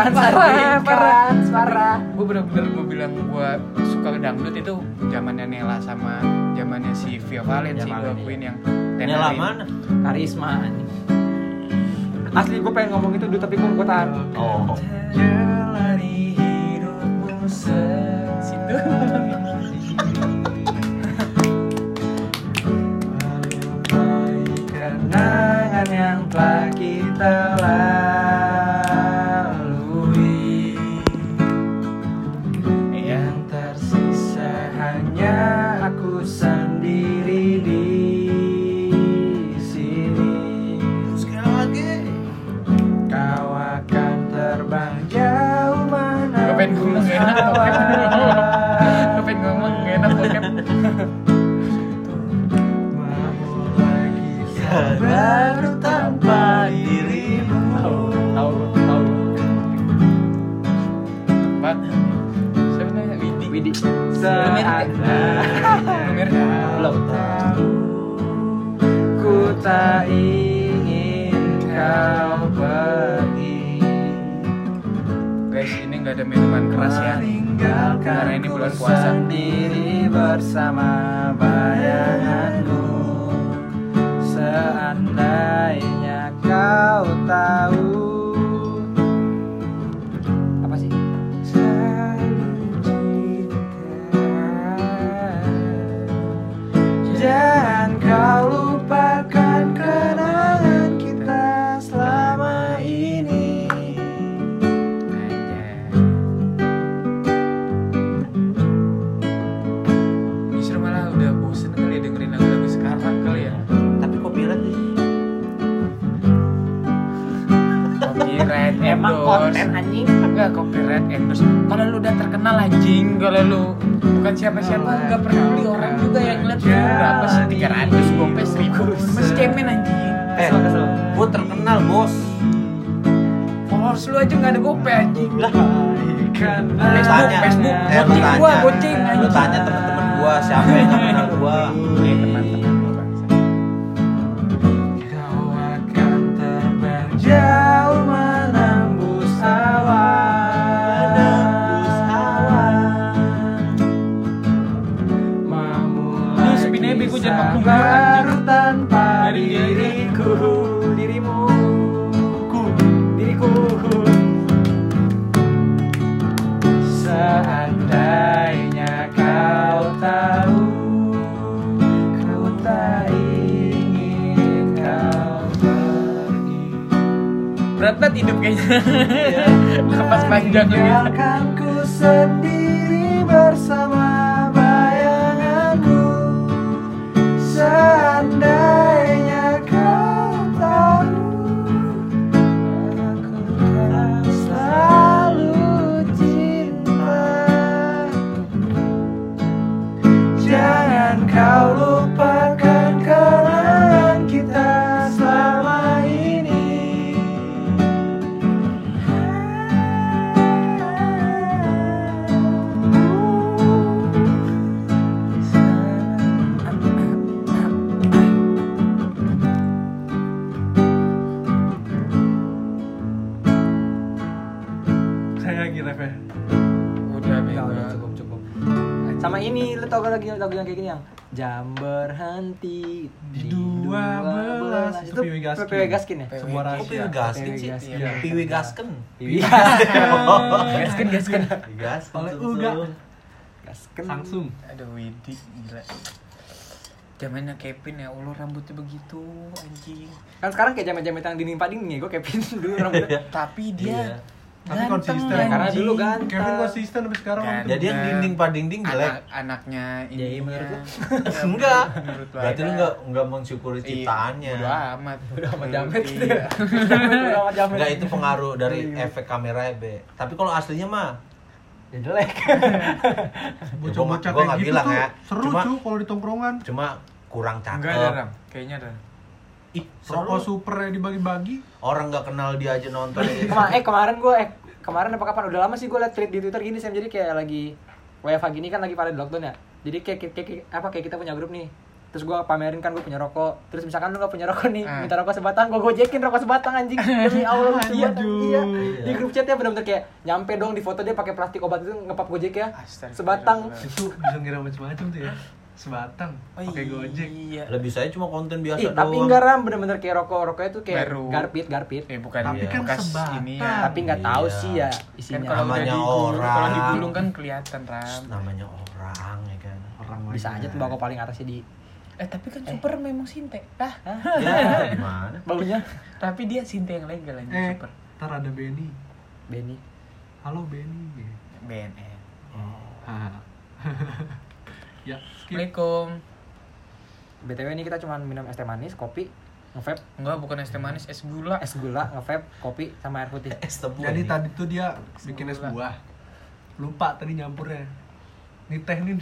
Parah.
Gue bener-bener gue bilang gue suka dangdut itu zamannya Nela sama zamannya si Via Valen sih gue
Valen,
akuin
iya.
yang
Nela
tenerin.
mana?
Karisma anjing. Asli gua pengen ngomong itu dulu tapi gua tahan.
Oh.
Jalani hidupmu situ.
Kenangan yang telah kita lalui, yang tersisa hanya aku sendiri di sini.
Sekali lagi.
Kau akan terbang jauh mana?
Gue pengen ngomong enak bokep. Gue pengen ngomong enak bokep.
Baru tanpa dirimu. Tahu.
Tebak. Siapa namanya? Widi.
Seandainya belum ku tak ingin kau pergi.
Guys, ini nggak ada minuman keras ya. Karena ini bulan puasa.
Sendiri bersama bayanganmu. Seandainya kau tahu. Apa sih? Jangan kau lupakan kenangan kita selama ini.
Justru malah udah bosen kali ya dengerin lagu-lagu sekarang kali ya.
Tapi copyright nih.
Copyright
Emang
endorse.
konten anjing.
Enggak copyright endorse. Kalau lu udah terkenal anjing, kalau lu bukan siapa-siapa enggak peduli orang juga yang ngeliat lu berapa sih 300 gopes 1000. Masih cemen anjing.
Gua terkenal, Bos.
Followers lu aja enggak ada gope anjing.
Lah,
Facebook, goceng
lu
anjing.
tanya teman-teman gua siapa yang kenal gua.
Teman-teman gua bangsa.
Kau akan terbang jauh menembus awan. Memulai
Lu sepin aja bego, jangan maklum
kisah
gua, anjing.
baru tanpa
Dari
diriku. Diriku. Seandainya kau tahu, ku tak ingin kau pergi.
Berat banget hidup kayaknya. Napas panjang gitu.
Tinggalkan ku sendiri bersama bayanganmu. Seandainya kau tahu, aku kan selalu cinta. Jangan kau lupakan kenangan kita selama ini.
Saya lagi ref ya.
Udah
Udah,
bego.
cukup. Sama ini, lu tau gak lagi lagu yang kayak gini yang jam berhenti
Di 12.
Itu
Piwi Gaskin.
Piwi Gaskin ya?
Sebuah
Kok
rahasia.
Piwi Gaskin sih?
Gaskin.
Iya, Piwi Gasken.
Piwi
Gasken.
Piwi Gasken.
Oleh Uga.
Gaskin.
Sangsum.
Aduh Widi gila. Zamannya Kevin ya Allah, rambutnya begitu anjing.
Kan sekarang kayak jamet-jamet yang dinding-dinding ya, gue Kevin dulu rambutnya.
Tapi dia
Iya.
Tapi
ganteng,
konsisten.
anjing.
Karena dulu ganteng.
Kevin konsisten sampai sekarang.
Kan.
Jadi yang dinding padinding jelek.
Anaknya
Jadi
ini
menurut lu?
Enggak.
menurut lu
Berarti lu
Aida.
enggak mensyukuri ciptaannya.
Bodo amat.
Udah amat
Menurut
jamet gitu
dia.
ya. Udah amat jamet.
Enggak, itu pengaruh dari efek kamera Be. Tapi kalau aslinya mah
Ya jelek.
Bocah-bocah
Gua
kayak
nggak
gitu
bilang
tuh
ya.
seru
Cuma-
cu kalau di tongkrongan.
cuma kurang
Enggak ada,
cakep.
Ram. Kayaknya ada.
Ih,
Rokok
seru.
super ya dibagi-bagi.
Orang nggak kenal dia aja nonton.
Kemarin apa kapan udah lama sih gue liat tweet di Twitter gini Sam, jadi kayak lagi WFH gini kan lagi pada lockdown ya. Jadi kayak kita punya grup nih. Terus gue pamerin kan gue punya rokok. Terus misalkan lu gak punya rokok nih, minta rokok sebatang, gue gojekin rokok sebatang anjing. Demi Allah iya.
Anjir.
Di grup chatnya bener-bener kayak nyampe dong di foto dia pakai plastik obat itu ngepap Gojek ya.
Astagfirullah.
Sebatang.
Itu bisa ngira macam-macam tuh ya. Sebatang pakai Gojek.
Iya.
Lebih saya cuma konten biasa
Ih,
doang.
tapi enggak Ram, bener-bener kayak rokoknya tuh kayak
Baru.
garpit.
Bukan
Tapi
iya.
kan
bekas
sebatang.
ini ya.
Tapi nggak tahu
Iya.
sih ya
Kan
isinya.
kalau udah
Namanya
digulung,
orang.
kalau digulung kan kelihatan, Ram.
Namanya orang ya kan.
Orang
Bisa
banyak.
aja tembakau paling atasnya di
Tapi kan super memang sinte.
Ya, gimana?
baunya
Tapi dia sinte yang legal aja super.
Ntar ada Benny.
Benny.
Halo Benny.
BNN.
Ah. Ya, skip.
Assalamualaikum.
BTW ini kita cuma minum es teh manis, kopi, nge-vape,
Enggak, bukan es teh manis, es gula.
es gula, nge-vape, kopi sama air putih.
Es tebu.
Jadi
ini.
tadi tuh dia bikin es buah. Lupa tadi nyampurnya. Ini teh nih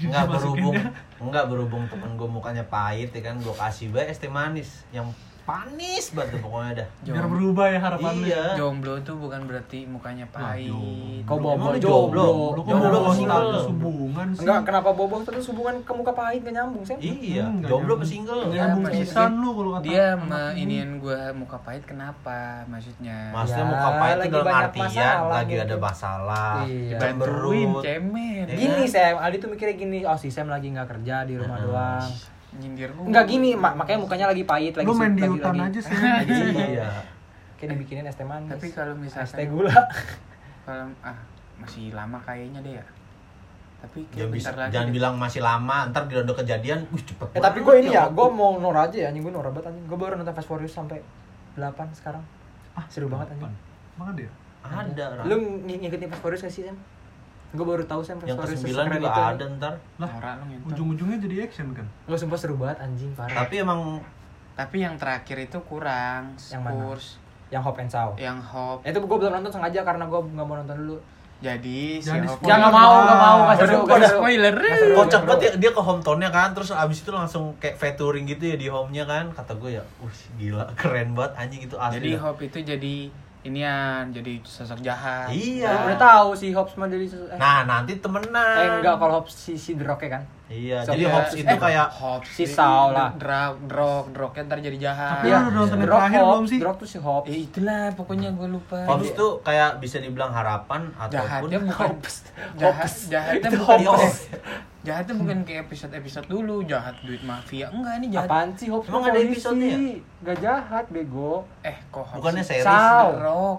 Enggak berhubung temen gue mukanya pahit ya kan, gue kasih bae es teh manis yang panis banget pokoknya dah.
biar berubah ya harapan lu.
Iya.
Jomblo tuh bukan berarti mukanya pahit.
Kau
Emang
bobol
lu
jomblo.
Lu kok
Jomblo
mau
apa single?
status hubungan sih?
Enggak, kenapa bobol terus hubungan ke muka pahit gak nyambung sih?
Iya,
Nggak
jomblo apa
nyambung.
single?
Nggak
Ya,
nyambung
maksudnya
pisan lu kalau kata
Dia
anak lu.
iniin gua muka pahit kenapa maksudnya?
Maksudnya
Ya,
muka pahit itu
lagi
dalam
banyak
artian
masalah
lagi
gitu.
ada masalah,
Iya.
Bantuin
cemberut.
cemen.
Ya.
Gini Sam, Aldi tuh mikirnya gini, oh si Sam lagi nggak kerja di rumah doang.
Nyindir gua.
Enggak gini, makanya mukanya lagi pahit, lagi
Lu main di
lagi-
hutan
lagi-
aja sih.
Iya.
Kayak dibikinin es teh manis.
Tapi kalau
es teh
misalkan
gula.
kalau masih lama kayaknya deh ya. Tapi kayak
Jangan,
bentar lagi
jangan
deh.
bilang masih lama, ntar di udah kejadian, cepet
Tapi
banget
gue ini ya,
waktu.
gue mau Nora aja ya, anjing gue Nora banget anjing. Gue baru nonton Fast Furious sampai 8 sekarang. Seru banget anjing.
Mana dia?
Ada. Ram.
Lu ngikutin Fast Furious gak sih, Sam? Gue baru tahu Sam Fast
yang
Furious
ke-9
sekeren
juga
itu.
ada ntar.
Lah,
Norak lu ngentot.
ujung-ujungnya jadi action kan?
Lu sumpah seru banget anjing, parah.
Tapi emang
Tapi yang terakhir itu kurang.
Yang mana?
Spurs,
Yang Hope and Shaw.
yang Hope.
Itu gue belum nonton sengaja karena gue nggak mau nonton dulu.
Jadi si
Jangan
Hope.
di-spoiler.
Jangan mau, nggak mau, nggak seru,
Udah
nggak seru.
spoiler.
Nggak seru,
kocak
nggak
banget
seru.
ya, dia ke hometownnya kan, terus abis itu langsung kayak touring gitu ya di home-nya kan. Kata gue ya, gila, keren banget anjing itu asli.
Jadi
dah.
Hope itu jadi inian, jadi sosok jahat.
Iya.
Udah tahu si Hope semua jadi
Nah, nanti temenan.
enggak kalau Hope si The Rock ya kan.
Iya,
So,
jadi
iya,
Hobbs itu kayak
Hope
Si Saul lah.
Drog ntar jadi jahat.
Tapi lu udah nonton
The
yang
Rock
terakhir
Hope,
belum sih?
The Rock tuh si Hope.
Itulah pokoknya gue lupa.
Hobbs tuh kayak bisa dibilang harapan ataupun
Jahatnya bukan
Hobbs.
jahatnya
Itu
bukan
Hobbs.
jahatnya bukan kayak episode dulu jahat duit mafia. Enggak, ini jahat.
Apaan sih Hope?
Emang ada episodenya?
Gak jahat, bego.
Kok Hobbs
bukannya
sih?
series.
Sao.
The Rock.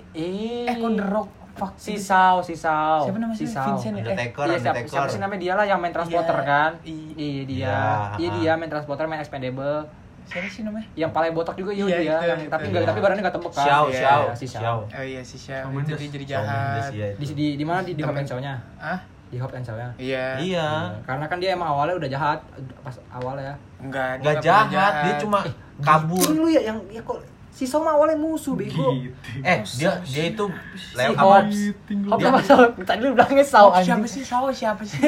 Kok
The Rock. Fuck.
Si Sao.
Siapa namanya?
Si Sao.
Vincent ya?
Undertaker,
Iya, siapa
Undertaker.
sih namanya dia lah yang main transporter
Iya.
kan?
Iya.
Iya dia.
Iya,
Iya dia main transporter, main expendable.
Siapa sih namanya?
Yang paling botak juga
Iya,
dia.
itu,
Yang-
itu.
tapi enggak
Iya.
tapi badannya enggak tembek kan?
Xiao,
Iya,
Xiao,
si Xiao.
Xiao.
Oh iya si Shawn.
Shawn
Itu
Mendes.
dia jadi
Shawn
jahat.
Mendes, iya.
Di mana di Hope
Temen.
and Shaw-nya?
Ah?
Di Hope and Shaw-nya.
Iya.
Iya.
Karena kan dia emang awalnya udah jahat pas awal ya.
Enggak,
Nggak
dia nggak pernah
jahat, dia cuma kabur.
Ini lu ya yang ya kok si Soma awalnya musuh bego.
Dia itu
Si
lewat
Hobbs.
Giting lu.
Hobbs sama Saul. Tadi lu bilangnya Saul anjing.
Siapa sih? Siapa sih?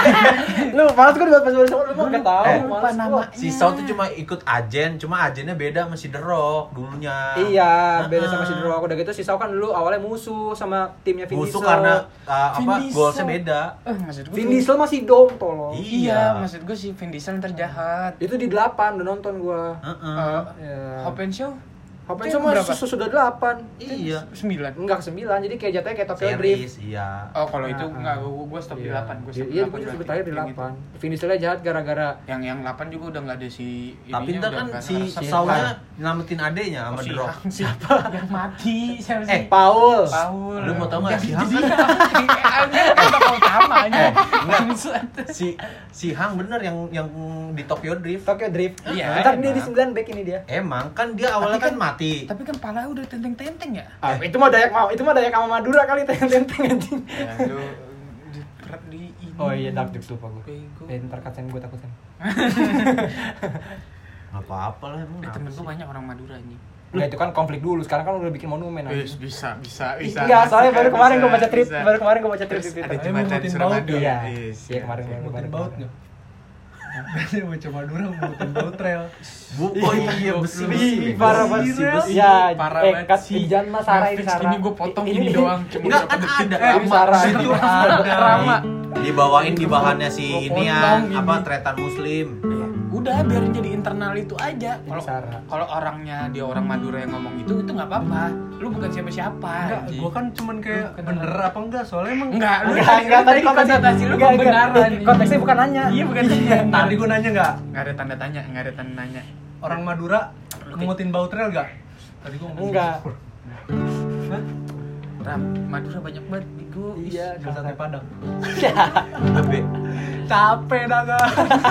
Lu malas gua buat pas lu mah enggak tahu.
lupa
Malas
nama.
gua.
si Saul tuh cuma ikut ajen, cuma ajennya beda sama si The Rock dulunya.
Iya, beda sama si
Heeh.
The Rock. Udah gitu si Saul kan dulu awalnya musuh sama timnya Vin
Musuh
Diesel.
karena
Vin Diesel.
goalsnya beda.
Maksud gue
Vin Diesel masih dong tolong.
Iya, maksud gue si Vin Diesel ntar jahat.
Itu di 8 udah nonton gua.
Heeh.
Ya.
Hope and Show?
Hope
Itu
and Shaw mah
berapa?
sudah 8.
Iya.
9.
Enggak ke 9. Jadi kayak jatuhnya kayak Tokyo Drift.
Series, iya.
Oh, kalau itu
Nah,
enggak, gue stop di 8. Gue stop di
Iya,
8.
gua juga
berarti.
terakhir di
Yang
8. Vin Dieselnya jahat gara-gara
Yang 8 juga udah enggak ada si
Tapi
ininya,
ntar
udah
kan
nggak
si
ngeresep.
Saulnya nyelamatin adenya sama The Rock.
Siapa? Yang mati. Siapa sih?
Paul.
Paul.
Lu mau tahu nggak si Hang?
Kan bakal utama.
Si Hang bener yang di Tokyo Drift.
Tokyo Drift.
Iya,
Ntar dia
emang.
di 9 back ini dia.
Emang kan dia awalnya kan mati.
Tapi kan pala udah tenteng-tenteng ya.
Itu mah Dayak sama Madura kali tenteng anjing.
Ya lu berat di ini.
Oh iya dark jokes lupa gue.
Bego.
Ntar katain gue takutin.
Apa-apa lah emang.
Temen gue banyak orang Madura anjing.
Enggak itu kan konflik dulu, sekarang kan udah bikin monumen anjing.
Bisa.
Enggak, soalnya baru kemarin gue baca tweet, baru kemarin gue baca tweet
Terus
di
ada
Twitter.
jembatan
Ngutin
Suramadu.
Iya.
Yes,
Iya kemarin
iya.
baru
Ngutin
baru.
baut nggak? Biasanya bocah Madura ngutin baut trail.
Oh iya besi.
Ih, parah banget sih.
Besi.
Ya,
Parah banget
kat
sih.
Enjan mas Sarah ini
Fix
Sarah.
ini gue potong ini doang. Cuma
Enggak
berapa
kan
detik.
ada.
ini Sarah.
Itu ada.
Rama.
Dibawain di bahannya si
Gua
ini ya,
potong ini.
apa tretan muslim.
Iya. Udah biarin jadi internal itu aja.
Ini Sarah.
Kalau orangnya dia orang Madura yang ngomong itu nggak apa-apa. Lu bukan siapa-siapa.
Enggak,
anjing.
gua kan cuman kayak bener apa enggak soalnya emang
Enggak, lu
Enggak, tadi konteksnya
konsentrasi lu
enggak,
kebenaran.
konteksnya bukan nanya.
Iya, bukan nanya.
tadi gua nanya enggak
Enggak ada tanda tanya, enggak ada tanda nanya.
orang Madura ngutin baut trail enggak? Tadi gua ngomong
Enggak.
Hah?
Ram, Madura banyak banget bego.
Iya,
Ke sate Padang.
Tapi
Capek dah gak?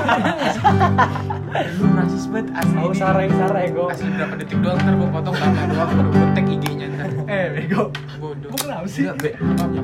Lu rasis banget asli.
Tahu
ini.
Sarah ini Sarah ego.
Asli berapa detik doang ntar gua potong lama doang baru gua tag IG-nya ntar.
Bego.
Bodoh.
Gua kenapa sih?
enggak, Be.
Apa-apa.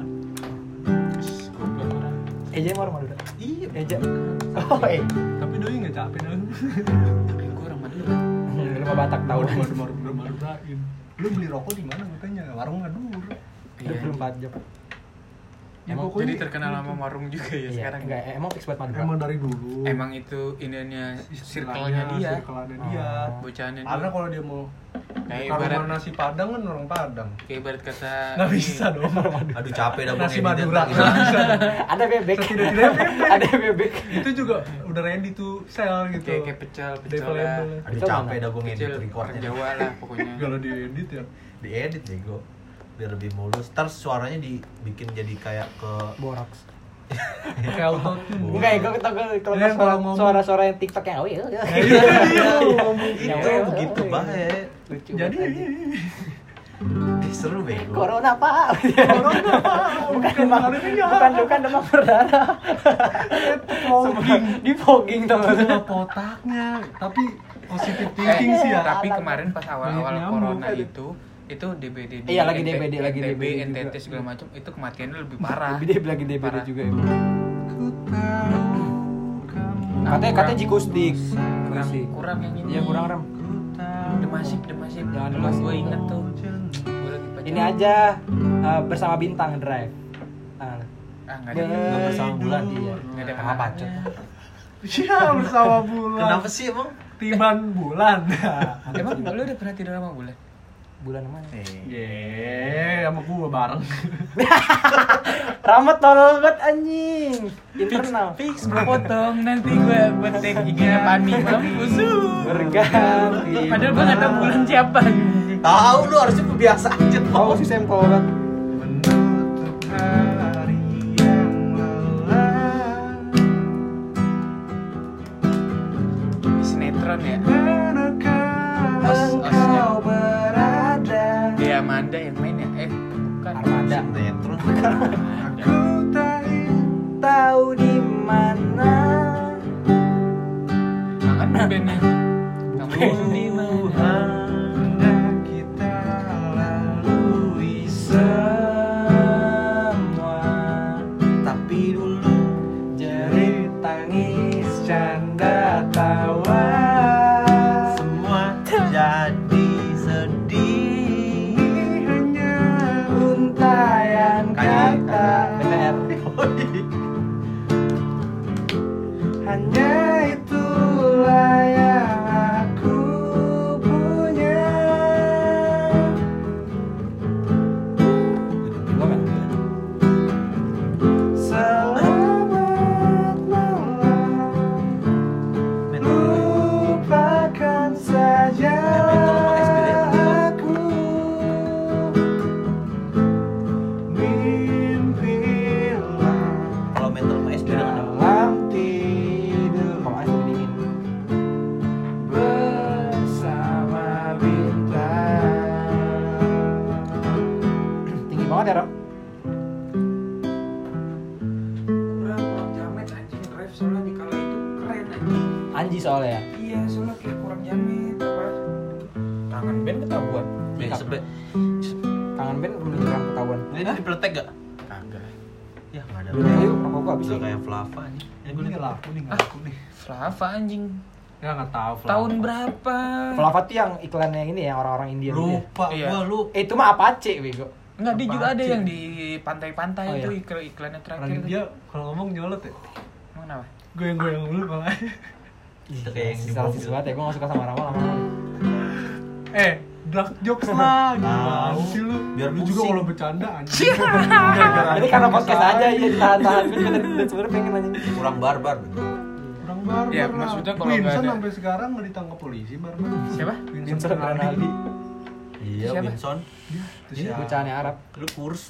Goblok orang.
Eja emang orang Madura.
Iya.
Eja. Oh,
Tapi doi enggak capek dong.
Gua orang Madura.
Lu mah Batak tahu dah.
Madurain. Lu beli rokok di mana katanya? Warung Madur.
Iya. 24 jam.
Ya,
Emang
pokoknya
jadi terkenal sama warung juga ya
Iya,
sekarang.
enggak emang fix buat Madura.
Emang dari dulu.
Emang itu ininya circle-nya dia.
Circle-nya dia.
Bocahannya
Karena
dia.
kalau dia mau
Kayak
kalau
ibarat-
mau nasi Padang kan orang Padang.
Kayak ibarat kata
Nggak
ini,
bisa dong.
Aduh capek dah
Nasi
ngedit
Madura
lagi.
nggak bisa.
Ada bebek.
Setidak-tidaknya bebek.
Ada bebek.
Itu juga udah ready to sell gitu.
kayak pecel lah.
Available.
Aduh
Itu
capek
mana?
dah gue ngedit
Pecel orang
recordnya.
Jawa lah pokoknya.
Kalau diedit ya.
Diedit bego. Biar lebih mulus. Ntar suaranya dibikin jadi kayak ke
Boraks.
Kayak auto tune.
Enggak, gue tau kalau
Iya, kalau ngomong-
suara-suara yang TikTok yang oh iya.
Ya, iya, ngomong
Yang
itu
well,
begitu
well,
baik.
Lucu
Jadi
banget aja.
Seru bego.
Corona Pak.
Corona Pak.
Bukan demam. Bukan demam berdarah.
Fogging.
Di fogging tau gak?
Cuma potaknya, tapi positive thinking sih ya.
Tapi kemarin pas awal-awal
Banyak nyamuk.
corona itu DBD
Iya, lagi DBD, lagi DBD
NTT
juga.
segala macam itu kematiannya lebih parah.
Dia lagi DBD
Parah.
juga emang.
Ku tahu kamu
Katanya Jikustik.
kurang yang ini.
Iya kurang Ram.
Demasif.
Jangan Demasif.
Gue inget tuh. Gue lagi pacaran.
Ini aja bersama bintang drive.
Ah, enggak
Be-
ada.
Nggak bersama bulan.
Iya.
Enggak ada
Sama bacot.
Iya bersama bulan.
Kenapa sih emang?
Tiban bulan.
Emang lu udah pernah tidur sama bulan?
Bulan mana?
Ye, sama gua bareng.
Ramat tolol banget anjing. Internal.
Fix gue potong nanti gue tag IG-nya Pani mampus.
Berganti.
Padahal gue nggak tahu bulan siapa.
Tahu lu harusnya biasa aja
Tahu
tau.
sih sampel kan.
Menutup hari yang lelah.
Sinetron ya.
Manakah
Os-osnya.
Engkau berada.
Dia Amanda yang main ya? Bukan.
Armada.
Sinetron.
aku tak ingin
Tahu di mana.
Kangen bandnya. Kamu di mana?
hendak kita lalui
Semua
Tapi dulu
jerit tangis canda tawa.
semua jadi sedih.
hanya
Untayan kata BTR.
hanya itulah yang
Anji soalnya ya.
Iya, soalnya kayak kurang jamin apa. Kangen band ketahuan.
Sebet.
Kangen band beneran ketahuan.
Ini dipletek gak?
Kagak.
Ya nggak ada.
Udah ayo rokok gua habis
Udah
ya.
kayak Flava nih.
Ini gue laku nih, ngaku nih.
Flava anjing.
Ya nggak tahu.
Tahun berapa?
Flava tuh yang iklannya ini ya orang-orang India dulu ya.
Lupa
Iya.
gua lu.
Itu mah Apache bego.
Enggak, dia juga ada
Apache.
yang di pantai-pantai
Oh,
itu
iya.
iklannya
Orang
terakhir. tuh.
dia kalau ngomong nyolot ya.
Emang kenapa?
Goyang-goyang dulu malah.
Itu kayak yang di
Salah sih
mobil.
banget ya, gue gak suka sama Ramal lama-lama.
Dark jokes lah, gimana
Tahu.
sih lu?
Biar
Lu juga
pusing.
kalau bercanda anjing. Gara-gara
Ini karena
anjing
podcast
salah.
aja ya ditahan-tahan. Gue juga dari sebenernya pengen nanya.
Kurang barbar.
Kurang barbar
Ya,
lah.
maksudnya kalau nggak
Vincent
ada-
sampai sekarang nggak ditangkap polisi barbar.
Siapa?
Vincent Ronaldi.
Iya,
Siapa?
Winson.
Itu
Ini
siapa?
bocahannya Arab.
Lu kurs.